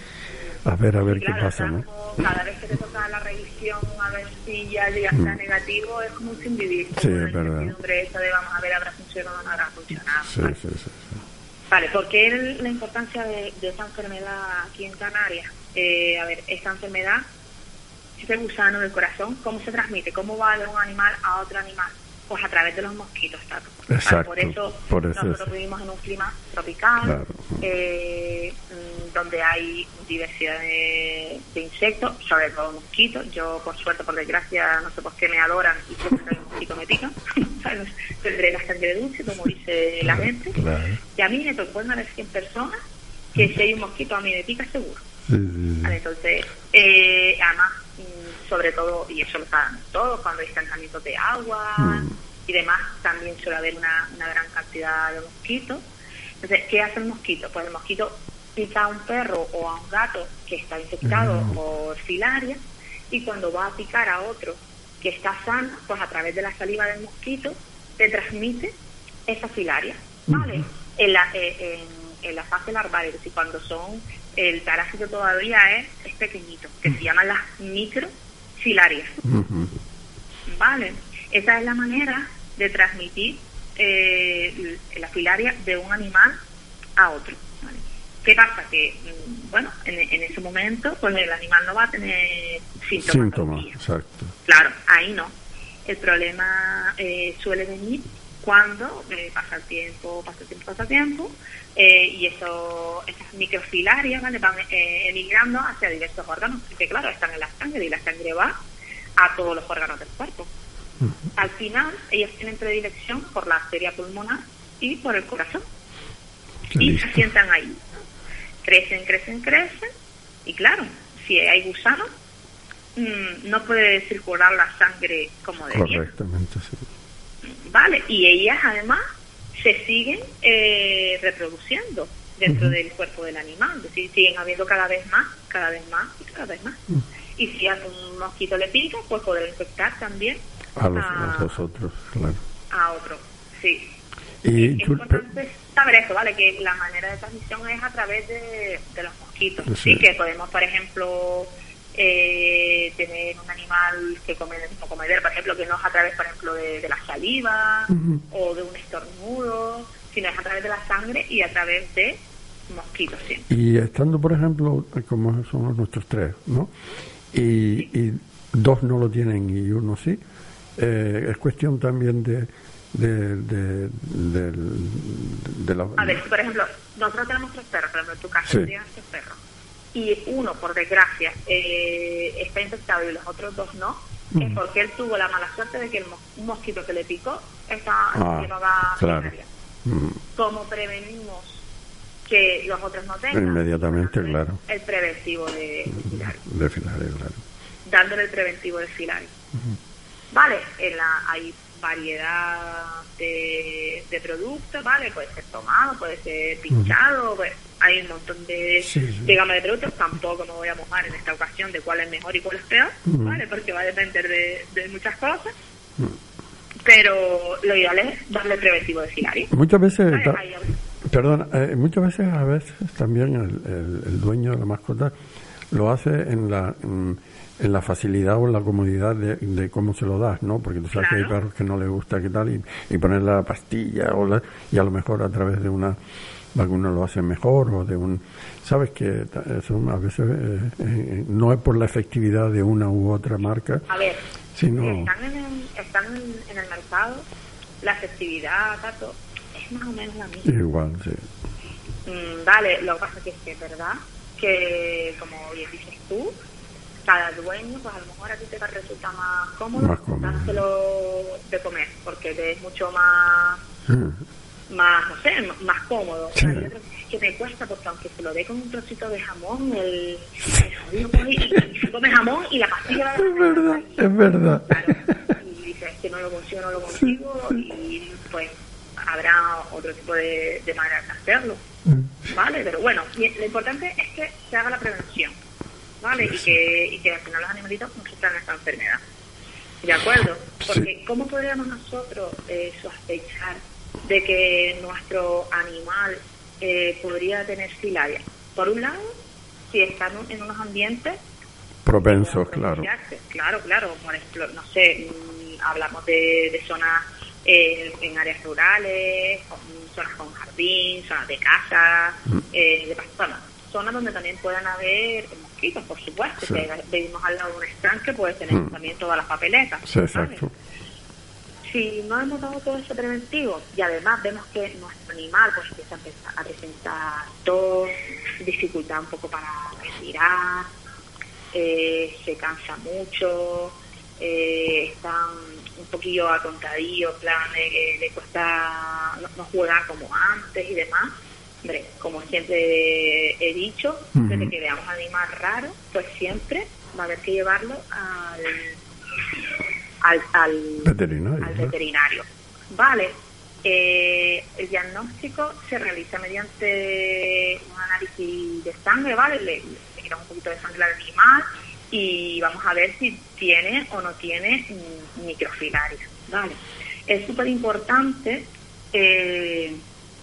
A ver, a ver claro, qué pasa, ¿no? Cada vez que te toca la revisión, a ver si ya, ya está mm. negativo, es como un sin vivir. Sí, es verdad. Eso de vamos a ver, habrá funcionado o no habrá funcionado. Sí, ¿vale? sí, sí, sí. Vale, ¿por qué el, la importancia de, de esta enfermedad aquí en Canarias? Eh, a ver, esta enfermedad, este gusano del corazón, ¿cómo se transmite? ¿Cómo va de un animal a otro animal? Pues a través de los mosquitos, Tato. Exacto. Por eso, por eso nosotros es. vivimos en un clima tropical, claro. eh, donde hay diversidad de, de insectos, sobre todo mosquitos. Yo, por suerte, por desgracia, no sé por qué me adoran y siempre que hay un mosquito me pica. Tendré la sangre dulce, como dice la gente. Claro. Y a mí me pueden haber cien personas que si hay un mosquito a mí me pica seguro. Sí, sí, sí. Vale, entonces, eh, además, sobre todo, y eso lo saben todos, cuando hay estancamientos de agua mm. y demás, también suele haber una, una gran cantidad de mosquitos. Entonces, ¿qué hace el mosquito? Pues el mosquito pica a un perro o a un gato que está infectado mm. por filaria, y cuando va a picar a otro que está sano, pues a través de la saliva del mosquito te transmite esa filaria, ¿vale? Mm. En la, eh, en, en la fase larval, es decir, cuando son el parásito todavía es, es pequeñito, que mm. se llaman las microfilarias. Mm-hmm. Vale, esa es la manera de transmitir eh, la filaria de un animal a otro. ¿Vale? ¿Qué pasa? Que, bueno, en, en ese momento, pues el animal no va a tener síntomas. Síntomas, exacto. Claro, ahí no. El problema eh, suele venir cuando eh, pasa el tiempo, pasa el tiempo, pasa el tiempo, eh, y eso, esas microfilarias, ¿vale? Van eh, emigrando hacia diversos órganos, que claro, están en la sangre, y la sangre va a todos los órganos del cuerpo. Uh-huh. Al final, ellas tienen predilección por la arteria pulmonar y por el corazón. Qué y listo. Se sientan ahí. Crecen, crecen, crecen, y claro, si hay gusanos, mmm, no puede circular la sangre como debería. Correctamente, sí. Vale, y ellas además se siguen eh, reproduciendo dentro uh-huh. del cuerpo del animal, es decir, siguen habiendo cada vez más, cada vez más y cada vez más. Uh-huh. Y si a un mosquito le pica, pues podrá infectar también a los, a, a los otros, claro. A otros. sí. Y es tú, importante saber eso, ¿vale? Que la manera de transmisión es a través de, de los mosquitos. Sí. Sí, que podemos, por ejemplo, eh, tener un animal que come del mismo comedero, por ejemplo, que no es a través, por ejemplo, de, de la saliva uh-huh. o de un estornudo, sino es a través de la sangre y a través de mosquitos, sí. Y estando, por ejemplo, como somos nuestros tres, ¿no? Y, sí. y dos no lo tienen y uno sí, eh, es cuestión también de de de, de, de la... A ver, por ejemplo, nosotros tenemos tres perros, por ejemplo, en tu casa sí. tienes tres perros, y uno, por desgracia, eh, está infectado y los otros dos no, mm. es porque él tuvo la mala suerte de que el mos- un mosquito que le picó está ah, que no da claro. Mm. ¿Cómo prevenimos que los otros no tengan? Inmediatamente, claro. El preventivo de filario. De filario, claro. Dándole el preventivo de filario. Uh-huh. Vale, en la, hay variedad de, de productos, ¿vale? Puede ser tomado, puede ser pinchado, uh-huh. pues, hay un montón de, sí, sí. digamos, de productos. Tampoco me voy a mojar en esta ocasión de cuál es mejor y cuál es peor, uh-huh. ¿vale? Porque va a depender de, de muchas cosas. Uh-huh. Pero lo ideal es darle preventivo de filario. Muchas veces, ¿vale? ta- hay... perdón, eh, muchas veces a veces también el, el, el dueño de la mascota lo hace en la en, en la facilidad o en la comodidad de, de cómo se lo das, ¿no? Porque tú sabes claro. que hay perros que no les gusta qué tal y, y poner la pastilla o la, y a lo mejor a través de una vacuna lo hacen mejor o de un... Sabes que eso a veces eh, eh, no es por la efectividad de una u otra marca. A ver, sino... están, en el, están en, en el mercado, la efectividad, Tato, es más o menos la misma. Igual, sí. Mm, vale, lo que pasa es que es verdad que, como bien dices tú, cada dueño, pues a lo mejor a ti te resulta más cómodo, más cómodo. dárselo de comer, porque te es mucho más, mm. más, no sé, más cómodo. Sí. Hay otros que te cuesta, porque aunque se lo dé con un trocito de jamón, el, el jodido coge y, y se come jamón y la pastilla va a Es verdad, y, es verdad. Claro, y dices que no lo consigo, no lo consigo, sí. y pues habrá otro tipo de, de manera de hacerlo, mm. ¿vale? Pero bueno, lo importante es que se haga la prevención, ¿vale? Sí. Y que y que al final los animalitos no sufran esta enfermedad, ¿de acuerdo? Porque sí. ¿cómo podríamos nosotros eh, sospechar de que nuestro animal eh, podría tener filaria? Por un lado, si están en unos ambientes propensos, claro. Claro, claro, por ejemplo, no sé, hablamos de, de zonas eh, en áreas rurales, zonas con jardín, zonas de casa, mm. eh, de pastoras, zonas donde también puedan haber mosquitos, por supuesto. Sí. Si vivimos al lado de un estanque, puede tener mm. también todas las papeletas. Sí, exacto. ¿Vale? Si no hemos dado todo ese preventivo y además vemos que nuestro animal pues empieza a presentar tos, dificultad un poco para respirar, eh, se cansa mucho, eh, está un poquillo atontadillo, plan de que le cuesta, no, no juega como antes y demás. Hombre, como siempre he dicho, uh-huh. desde que veamos animal raro, pues siempre va a haber que llevarlo al al, al veterinario. Al veterinario. Vale. Eh, el diagnóstico se realiza mediante un análisis de sangre, ¿vale? Le, le quitamos un poquito de sangre al animal y vamos a ver si tiene o no tiene microfilaria, ¿vale? Es súper importante eh,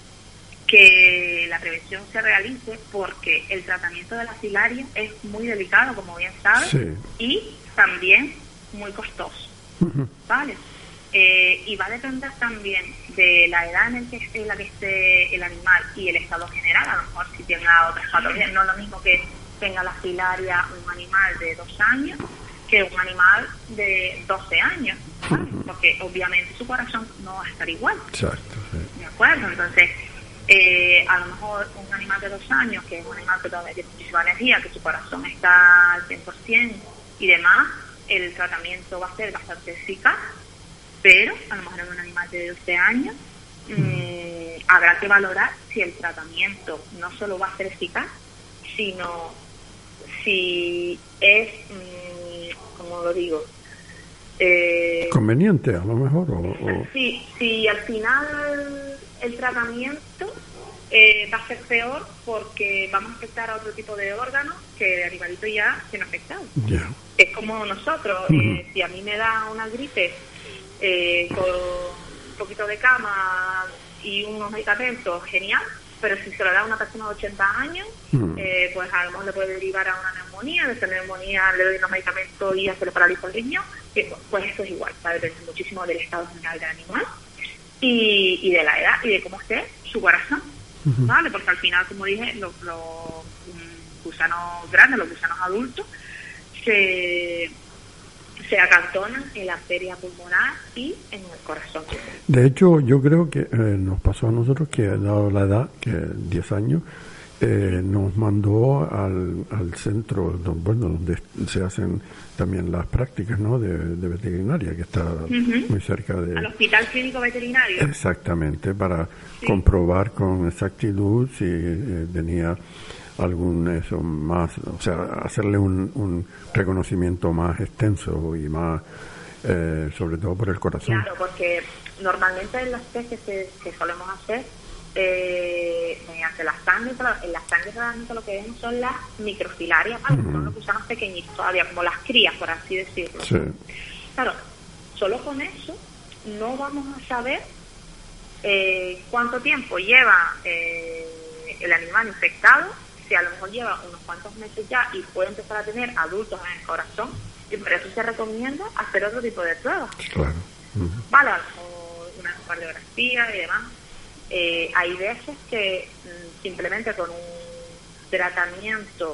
que la prevención se realice porque el tratamiento de la filaria es muy delicado, como bien sabes, sí. y también muy costoso, uh-huh. ¿vale? Eh, y va a depender también de la edad en, el que, en la que esté el animal y el estado general. A lo mejor si tenga otras patologías, no es lo mismo que tenga la filaria un animal de dos años que un animal de doce años, ¿vale? Porque obviamente su corazón no va a estar igual. Exacto, sí. ¿De acuerdo? Entonces, eh, a lo mejor un animal de dos años, que es un animal que todavía tiene muchísima energía, que su corazón está al cien por ciento y demás, el tratamiento va a ser bastante eficaz. Pero a lo mejor en un animal de doce años mmm, habrá que valorar si el tratamiento no solo va a ser eficaz, sino si es, mmm, como lo digo, eh, conveniente a lo mejor. O, o... Si, si al final el tratamiento eh, va a ser peor porque vamos a afectar a otro tipo de órganos que el animalito ya tiene afectado. Yeah. Es como nosotros, uh-huh. eh, si a mí me da una gripe, Eh, con poquito de cama y unos medicamentos, genial, pero si se lo da a una persona de ochenta años, mm. eh, pues a lo mejor le puede derivar a una neumonía, de esa neumonía le doy unos medicamentos y ya se le paraliza el riñón, pues eso es igual, va a depender muchísimo del estado general del animal y, y de la edad y de cómo esté su corazón, uh-huh. ¿vale? Porque al final, como dije, los, los gusanos grandes, los gusanos adultos, se... se acantonan en la arteria pulmonar y en el corazón. De hecho, yo creo que eh, nos pasó a nosotros que, dado la edad, que diez años, eh, nos mandó al, al centro, donde, bueno, donde se hacen también las prácticas, ¿no?, de, de veterinaria, que está uh-huh. muy cerca de... Al Hospital Clínico Veterinario. Exactamente, para sí. comprobar con exactitud si eh, tenía algún eso más, o sea, hacerle un, un reconocimiento más extenso y más, eh, sobre todo por el corazón. Claro, porque normalmente en las test que, que solemos hacer, eh, mediante la sangre, en la sangre realmente lo que vemos son las microfilarias, ¿vale? Uh-huh. Son los gusanos pequeñitos todavía, como las crías, por así decirlo. Sí. Claro, solo con eso no vamos a saber eh, cuánto tiempo lleva eh, el animal infectado, si a lo mejor lleva unos cuantos meses ya y puede empezar a tener adultos en el corazón, y por eso se recomienda hacer otro tipo de pruebas. Claro. Uh-huh. Vale, o una cardiografía y demás. Eh, hay veces que mm, simplemente con un tratamiento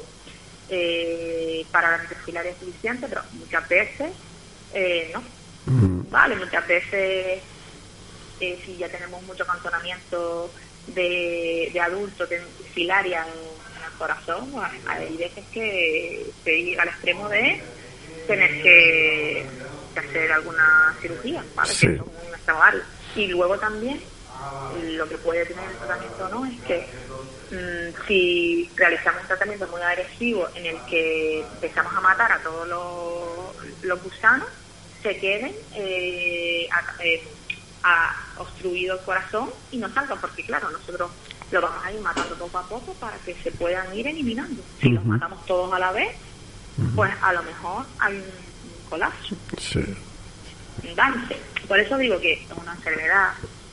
eh, para la microfilaria es suficiente, pero muchas veces eh, no. Uh-huh. Vale, muchas veces eh, si ya tenemos mucho acantonamiento de, de adultos de filaria en corazón, hay veces que se llega al extremo de tener que, que hacer alguna cirugía, ¿vale? Sí. Que son un extremo. Y luego también lo que puede tener el tratamiento no es que mmm, si realizamos un tratamiento muy agresivo en el que empezamos a matar a todos los, los gusanos, se queden eh, a, eh, a obstruido el corazón y no salgan, porque claro, nosotros lo vamos a ir matando poco a poco para que se puedan ir eliminando. Si uh-huh. los matamos todos a la vez, uh-huh. pues a lo mejor hay un colapso. Sí. Entonces, por eso digo que es una enfermedad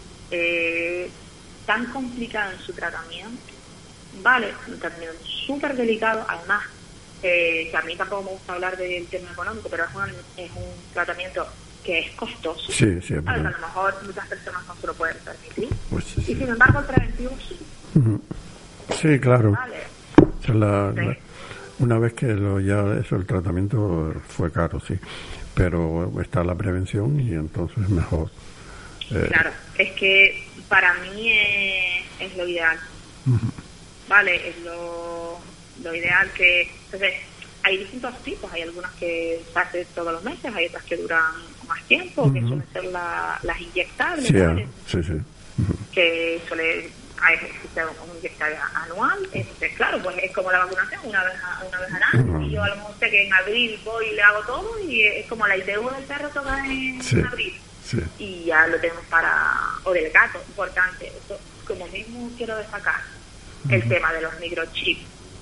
eh, tan complicada en su tratamiento, ¿vale? Un tratamiento súper delicado, además, eh, que a mí tampoco me gusta hablar del tema económico, pero es un, es un tratamiento que es costoso. Sí, sí, es a lo mejor muchas personas no se lo pueden permitir. Pues sí, sí. Y sin embargo el preventivo sí. Uh-huh. Sí, claro. Vale. O sea, la, sí. la, una vez que lo ya eso el tratamiento fue caro, sí, pero está la prevención y entonces mejor. Eh. Claro, es que para mí es, es lo ideal. Uh-huh. Vale, es lo, lo ideal que... Entonces, hay distintos tipos, hay algunas que se hacen todos los meses, hay otras que duran más tiempo, uh-huh. que suelen ser la, las inyectables, sí, ¿vale? Sí, sí. Uh-huh. Que suele hay un inyectable anual, este, claro, pues es como la vacunación, una vez a, una vez al año, uh-huh. y yo a lo mejor sé que en abril voy y le hago todo, y es como la I T U del perro toca en, sí, en abril, sí. Y ya lo tenemos para, o del gato, importante, esto, como mismo quiero destacar, uh-huh. el tema de los microchips,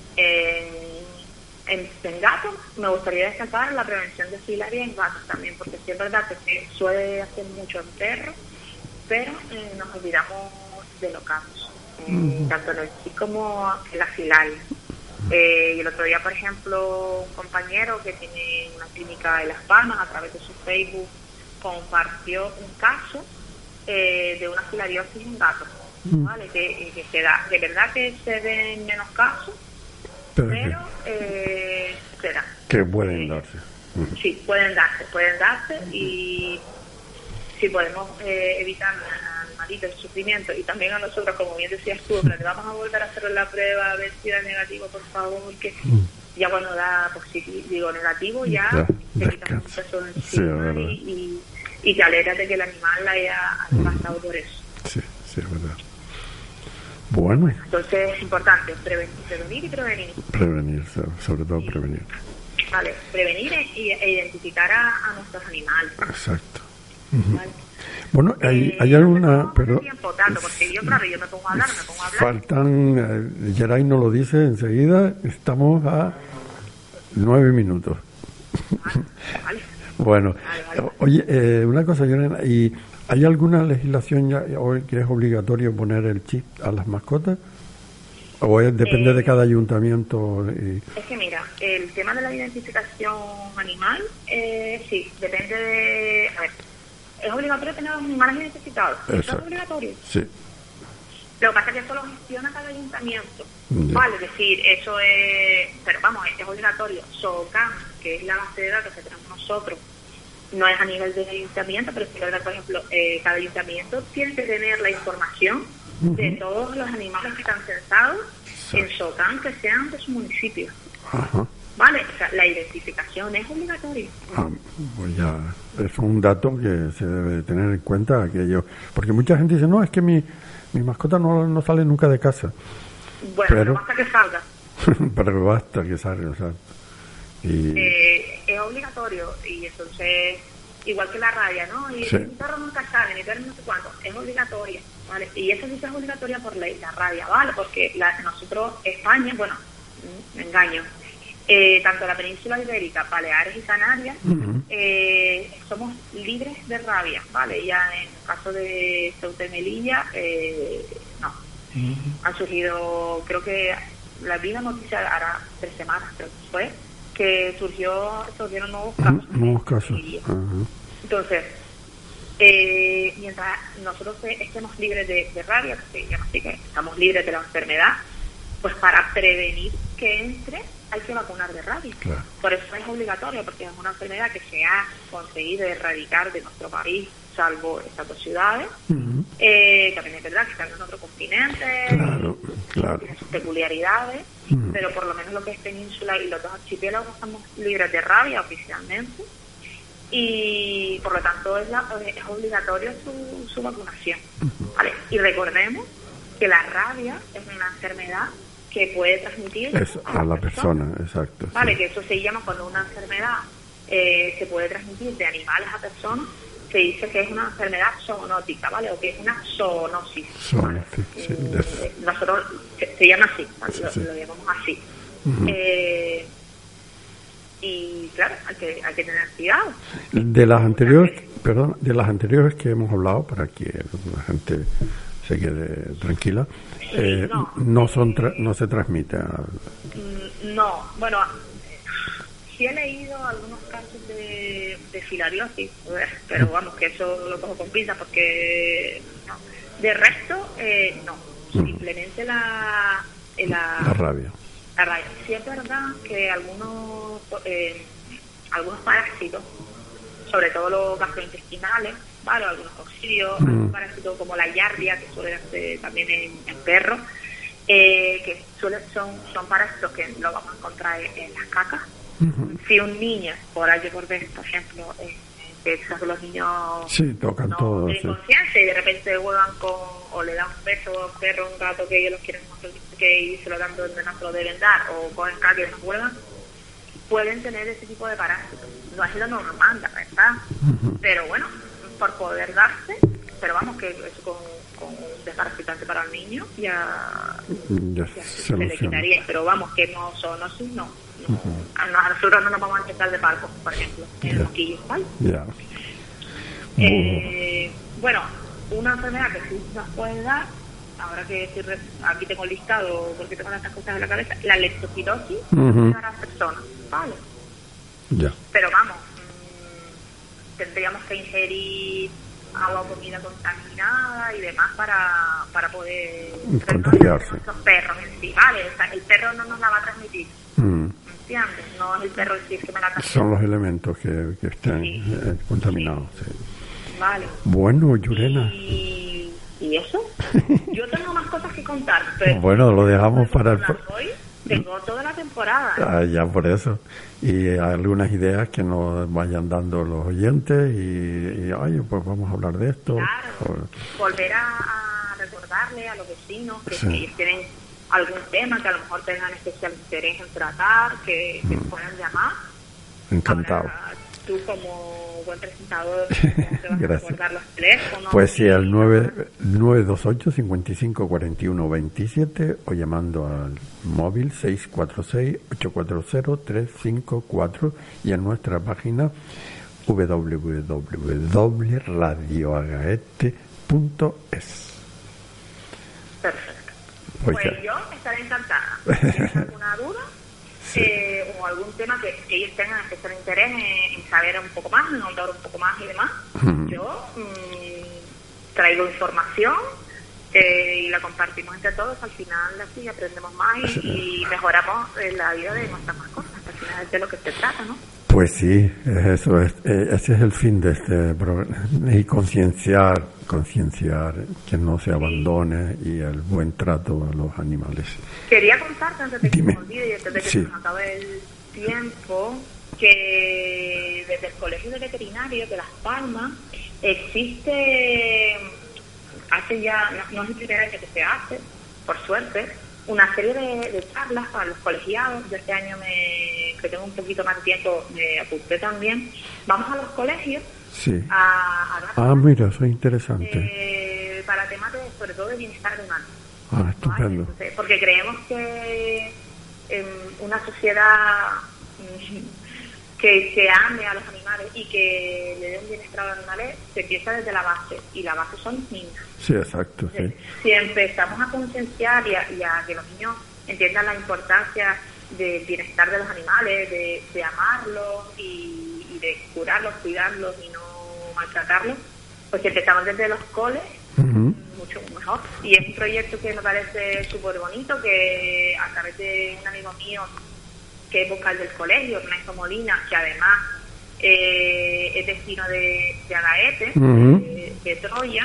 en En, en gatos me gustaría destacar la prevención de filaria en gatos también, porque sí es verdad que se suele hacer mucho en perros, pero eh, nos olvidamos de los gatos, eh, uh-huh. tanto en el chip como en la filaria. Eh, y el otro día, por ejemplo, un compañero que tiene una clínica en Las Palmas, a través de su Facebook, compartió un caso eh, de una filariosis en gatos, uh-huh. ¿vale? Que, que se da, de verdad que se ven menos casos, pero, pero eh, será. Que pueden darse. Uh-huh. Sí, pueden darse, pueden darse y si podemos eh, evitar al animalito el sufrimiento y también a nosotros, como bien decías tú, pero le vamos a volver a hacer la prueba a ver si da negativo, por favor, que uh-huh. ya cuando da positivo, digo negativo, ya, ya te quitas un peso de encima, sí, y, y, y te alegra de que el animal haya, haya uh-huh. pasado por eso. Sí, sí, es verdad. Bueno. Entonces es importante prevenir, prevenir y prevenir. Prevenir, sobre todo prevenir. Vale, prevenir e, e identificar a, a nuestros animales. Exacto. Uh-huh. Vale. Bueno, hay, eh, hay alguna... No pero tiempo tanto, porque yo, claro, yo me pongo a hablar, me pongo a hablar. Faltan, eh, Geray nos lo dice enseguida, estamos a nueve minutos. Vale, vale. Bueno, Vale, vale. oye, eh, una cosa, Yolanda, ¿y hay alguna legislación ya hoy que es obligatorio poner el chip a las mascotas? ¿O es, depende Eh, de cada ayuntamiento? Y... Es que mira, el tema de la identificación animal, eh, sí, depende de... A ver, es obligatorio tener los animales identificados. ¿Eso es Exacto. obligatorio? Sí. Lo que pasa es que eso lo gestiona cada ayuntamiento. Ya. Vale, es decir, eso es... Pero vamos, es obligatorio. SOCAM, que es la base de datos que tenemos nosotros, no es a nivel de ayuntamiento, pero sí que, por ejemplo, eh, cada ayuntamiento tiene que tener la información de todos los animales que están censados en SOCAM que sean de su municipio. Ajá. Vale, o sea, la identificación es obligatoria. Ah, pues ya, es un dato que se debe tener en cuenta, aquello, porque mucha gente dice, no, es que mi, mi mascota no, no sale nunca de casa. Bueno, Pero- pero basta que salga. Pero basta que salga, o sea, y... Eh, es obligatorio y entonces, igual que la rabia, ¿no? Y Sí. mi perro nunca sale, mi perro no sé cuánto, es obligatoria, ¿vale? Y eso sí que es obligatoria por ley, la rabia, ¿vale? Porque la, nosotros, España, bueno, mm, me engaño, eh, tanto la península ibérica, Baleares y Canarias, Ujú. eh, somos libres de rabia, ¿vale? Ya en el caso de Ceuta y Melilla, eh, no. Han surgido, creo que la vi la noticia hará tres semanas, creo que fue, que surgió, surgieron nuevos casos. Nuevos casos. Melilla. Ajá. Entonces, eh, mientras nosotros eh, estemos libres de, de rabia, que ya así que estamos libres de la enfermedad, pues para prevenir que entre hay que vacunar de rabia. Claro. Por eso es obligatorio, porque es una enfermedad que se ha conseguido erradicar de nuestro país, salvo estas dos ciudades. Ujú. Eh, también es verdad que están en otro continente, Claro, claro. tiene sus peculiaridades, Ujú. pero por lo menos lo que es península y los dos archipiélagos estamos libres de rabia oficialmente, y por lo tanto es, la, es obligatorio su, su vacunación. ¿Vale? Y recordemos que la rabia es una enfermedad que puede transmitir Es a la persona, exacto. sí. Vale, que eso se llama cuando una enfermedad eh, se puede transmitir de animales a personas, se dice que es una enfermedad zoonótica, ¿vale? O que es una zoonosis. Zoonosis, sí, Eh, es- nosotros, se, se llama así, ¿vale? Sí, lo, sí. lo llamamos así. Ujú. Eh, y claro, hay que, hay que tener cuidado. De las anteriores, perdón, de las anteriores que hemos hablado, para que la gente se quede tranquila, eh, no. no son tra- no se transmite. a- Mm, No, bueno, sí he leído algunos casos de, de filariosis, pero vamos, que eso lo cojo con pinzas porque no. De resto, eh, no. Simplemente la, eh, la, la rabia. la rabia. Sí es verdad que algunos, eh, algunos parásitos, sobre todo los gastrointestinales, ¿vale? Algunos coccidios, Mm. algunos parásitos como la yardia, que suele hacer también en, en perros, eh, que suele, son, son parásitos que lo vamos a encontrar en, en las cacas. Ujú. Si un niño, por ahí por ver, por ejemplo, eh, que esos de los niños Sí, tocan no todo. tienen Sí. conciencia y de repente juegan con, o le dan un beso a un perro, un gato que ellos los quieren que y se lo dan donde no se lo deben dar, o cogen caca y no juegan, pueden tener ese tipo de parásitos. No es lo normal, la verdad, Ujú. pero bueno, por poder darse, pero vamos, que eso con, con un desparasitante para el niño ya, Ya ya se se le soluciona. quitaría, pero vamos, que no son así, no. no. A nos- a nosotros no nos vamos a empezar de palco, por ejemplo, en el Ya. mosquillo, ¿vale? Ya. Eh, bueno, una enfermedad que sí nos puede dar, ahora que estoy re- aquí tengo listado porque tengo estas cosas en la cabeza, la leptospirosis Ujú. para las personas, ¿vale? Ya. Pero vamos, mm, tendríamos que ingerir agua o comida contaminada y demás para, para poder Contagiarse. nuestros perros en sí, ¿vale? O sea, el perro no nos la va a transmitir, Mm. ¿entiendes? No es el perro en sí el que me la transmite, Son los elementos que, que estén Sí. eh, contaminados. sí. ¿vale? Bueno, Yurena. Y, ¿y eso? Yo tengo más cosas que contar, pero Bueno, lo dejamos para el... hoy tengo toda la temporada. Ah, ya por eso. Y algunas ideas que nos vayan dando los oyentes y, y ay, pues vamos a hablar de esto. Claro, volver a, a recordarle a los vecinos que Sí. si ellos tienen algún tema que a lo mejor tengan especial interés en tratar, que, que puedan llamar. Encantado. Ahora, tú como buen presentador te vas a Gracias. recordar los teléfonos. Pues sí, al y- nueve dos ocho, cinco cinco, cuatro uno, veintisiete o llamando al móvil seis cuatro seis, ocho cuatro cero, tres cinco cuatro y en nuestra página w w w punto radio agaete punto es. Perfecto. Pues, Pues yo estaré encantada. Si tienes alguna duda sí. eh, o algún tema que, que ellos tengan especial interés en, en saber un poco más, en ahondar un poco más y demás, uh-huh. yo mmm, traigo información eh, y la compartimos entre todos. Al final así aprendemos más y, y mejoramos eh, la vida de nuestras mascotas. Al final es de lo que se trata, ¿no? Pues sí, eso es, ese es el fin de este programa, y concienciar, concienciar que no se abandone y el buen trato a los animales. Quería contarte antes de que Dime. se me olvide y antes de que sí. se nos acabe el tiempo, que desde el Colegio de Veterinarios de Las Palmas existe, hace ya, no, no es el primer año que se hace, por suerte, una serie de, de charlas para los colegiados. Yo este año, me, que tengo un poquito más de tiempo, me apunté también. Vamos a los colegios sí. a, a dar ah, mira, eso es interesante. Eh, para temas de, sobre todo de bienestar animal. Ah, estupendo. ¿Vale? Entonces, porque creemos que en una sociedad que, que ame a los animales y que le dé un bienestar a los animales se empieza desde la base, y la base son los niños. Sí, exacto. Sí. Si empezamos a concienciar y, y a que los niños entiendan la importancia del bienestar de los animales, de, de amarlos y, y de curarlos, cuidarlos y no maltratarlos, pues si empezamos desde los coles, uh-huh. mucho mejor. Y es un proyecto que me parece súper bonito, que a través de un amigo mío que es vocal del colegio, Ernesto Molina, que además eh, es vecino de, de Agaete, uh-huh. de, de Troya,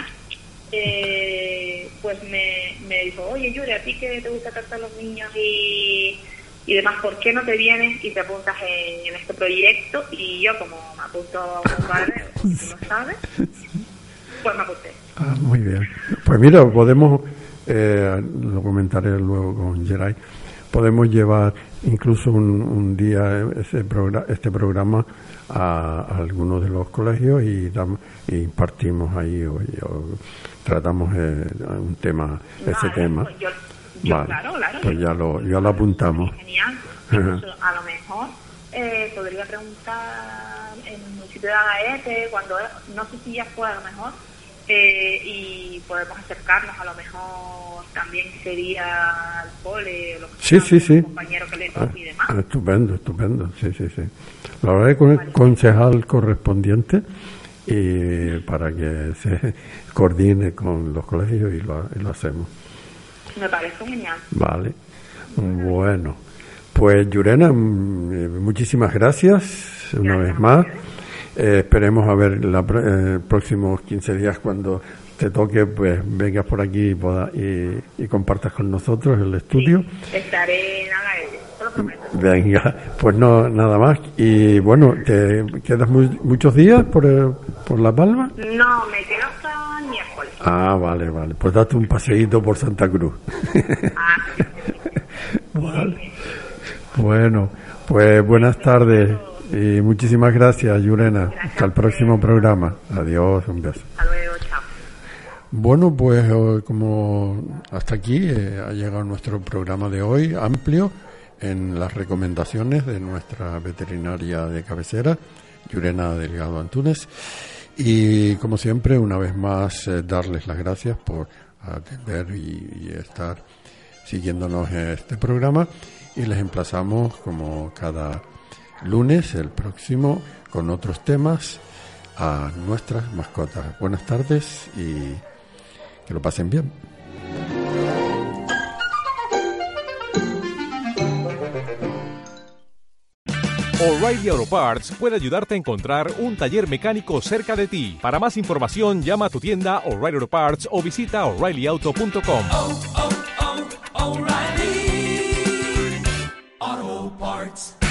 eh, pues me, me dijo, oye Yuri, a ti que te gusta tratar a los niños y, y demás, ¿por qué no te vienes y te apuntas en, en este proyecto? Y yo, como me apunto a un barrio, tú lo sabes, pues me apunté. Ah, muy bien. Pues mira, podemos, eh, lo comentaré luego con Geray, podemos llevar incluso un, un día ese programa, este programa a, a algunos de los colegios y, damos, y impartimos ahí o, o tratamos eh, un tema, vale, ese tema. Pues yo, yo, vale, claro, claro. Pues ya lo, ya lo apuntamos. Genial. Incluso, a lo mejor eh, podría preguntar en el municipio de Agaete, cuando no sé si ya fue a lo mejor, eh, y podemos acercarnos a lo mejor también sería al cole o lo que sí, sea, sí, sí. compañero que le toque y demás. Ah, estupendo, estupendo, sí, sí, sí. Lo haré con el vale. concejal correspondiente y para que se coordine con los colegios y lo, y lo hacemos. Me parece genial. Vale, bueno. Pues Yurena, muchísimas gracias una gracias vez más. Eh, esperemos a ver los eh, próximos quince días cuando te toque, pues vengas por aquí y, poda, y, y compartas con nosotros el estudio. Sí, estaré en Agaete, te lo prometo. Venga, pues no, nada más. Y bueno, ¿te quedas muy, muchos días por, eh, por La Palma? No, me quedo hasta el miércoles. Ah, vale, vale. Pues date un paseíto por Santa Cruz. Ah, sí, sí, sí. Vale. Bueno, pues buenas tardes. Y muchísimas gracias, Yurena. Gracias. Hasta el próximo programa. Adiós, un beso. Hasta luego, chao. Bueno, pues como hasta aquí eh, ha llegado nuestro programa de hoy, amplio en las recomendaciones de nuestra veterinaria de cabecera, Yurena Delgado Antúnez. Y como siempre, una vez más, eh, darles las gracias por atender y, y estar siguiéndonos en este programa. Y les emplazamos como cada lunes, el próximo, con otros temas a nuestras mascotas. Buenas tardes y que lo pasen bien. O'Reilly Auto Parts puede ayudarte a encontrar un taller mecánico cerca de ti. Para más información, llama a tu tienda O'Reilly Auto Parts o visita O'Reilly Auto punto com. Oh, oh, oh, O'Reilly Auto Parts.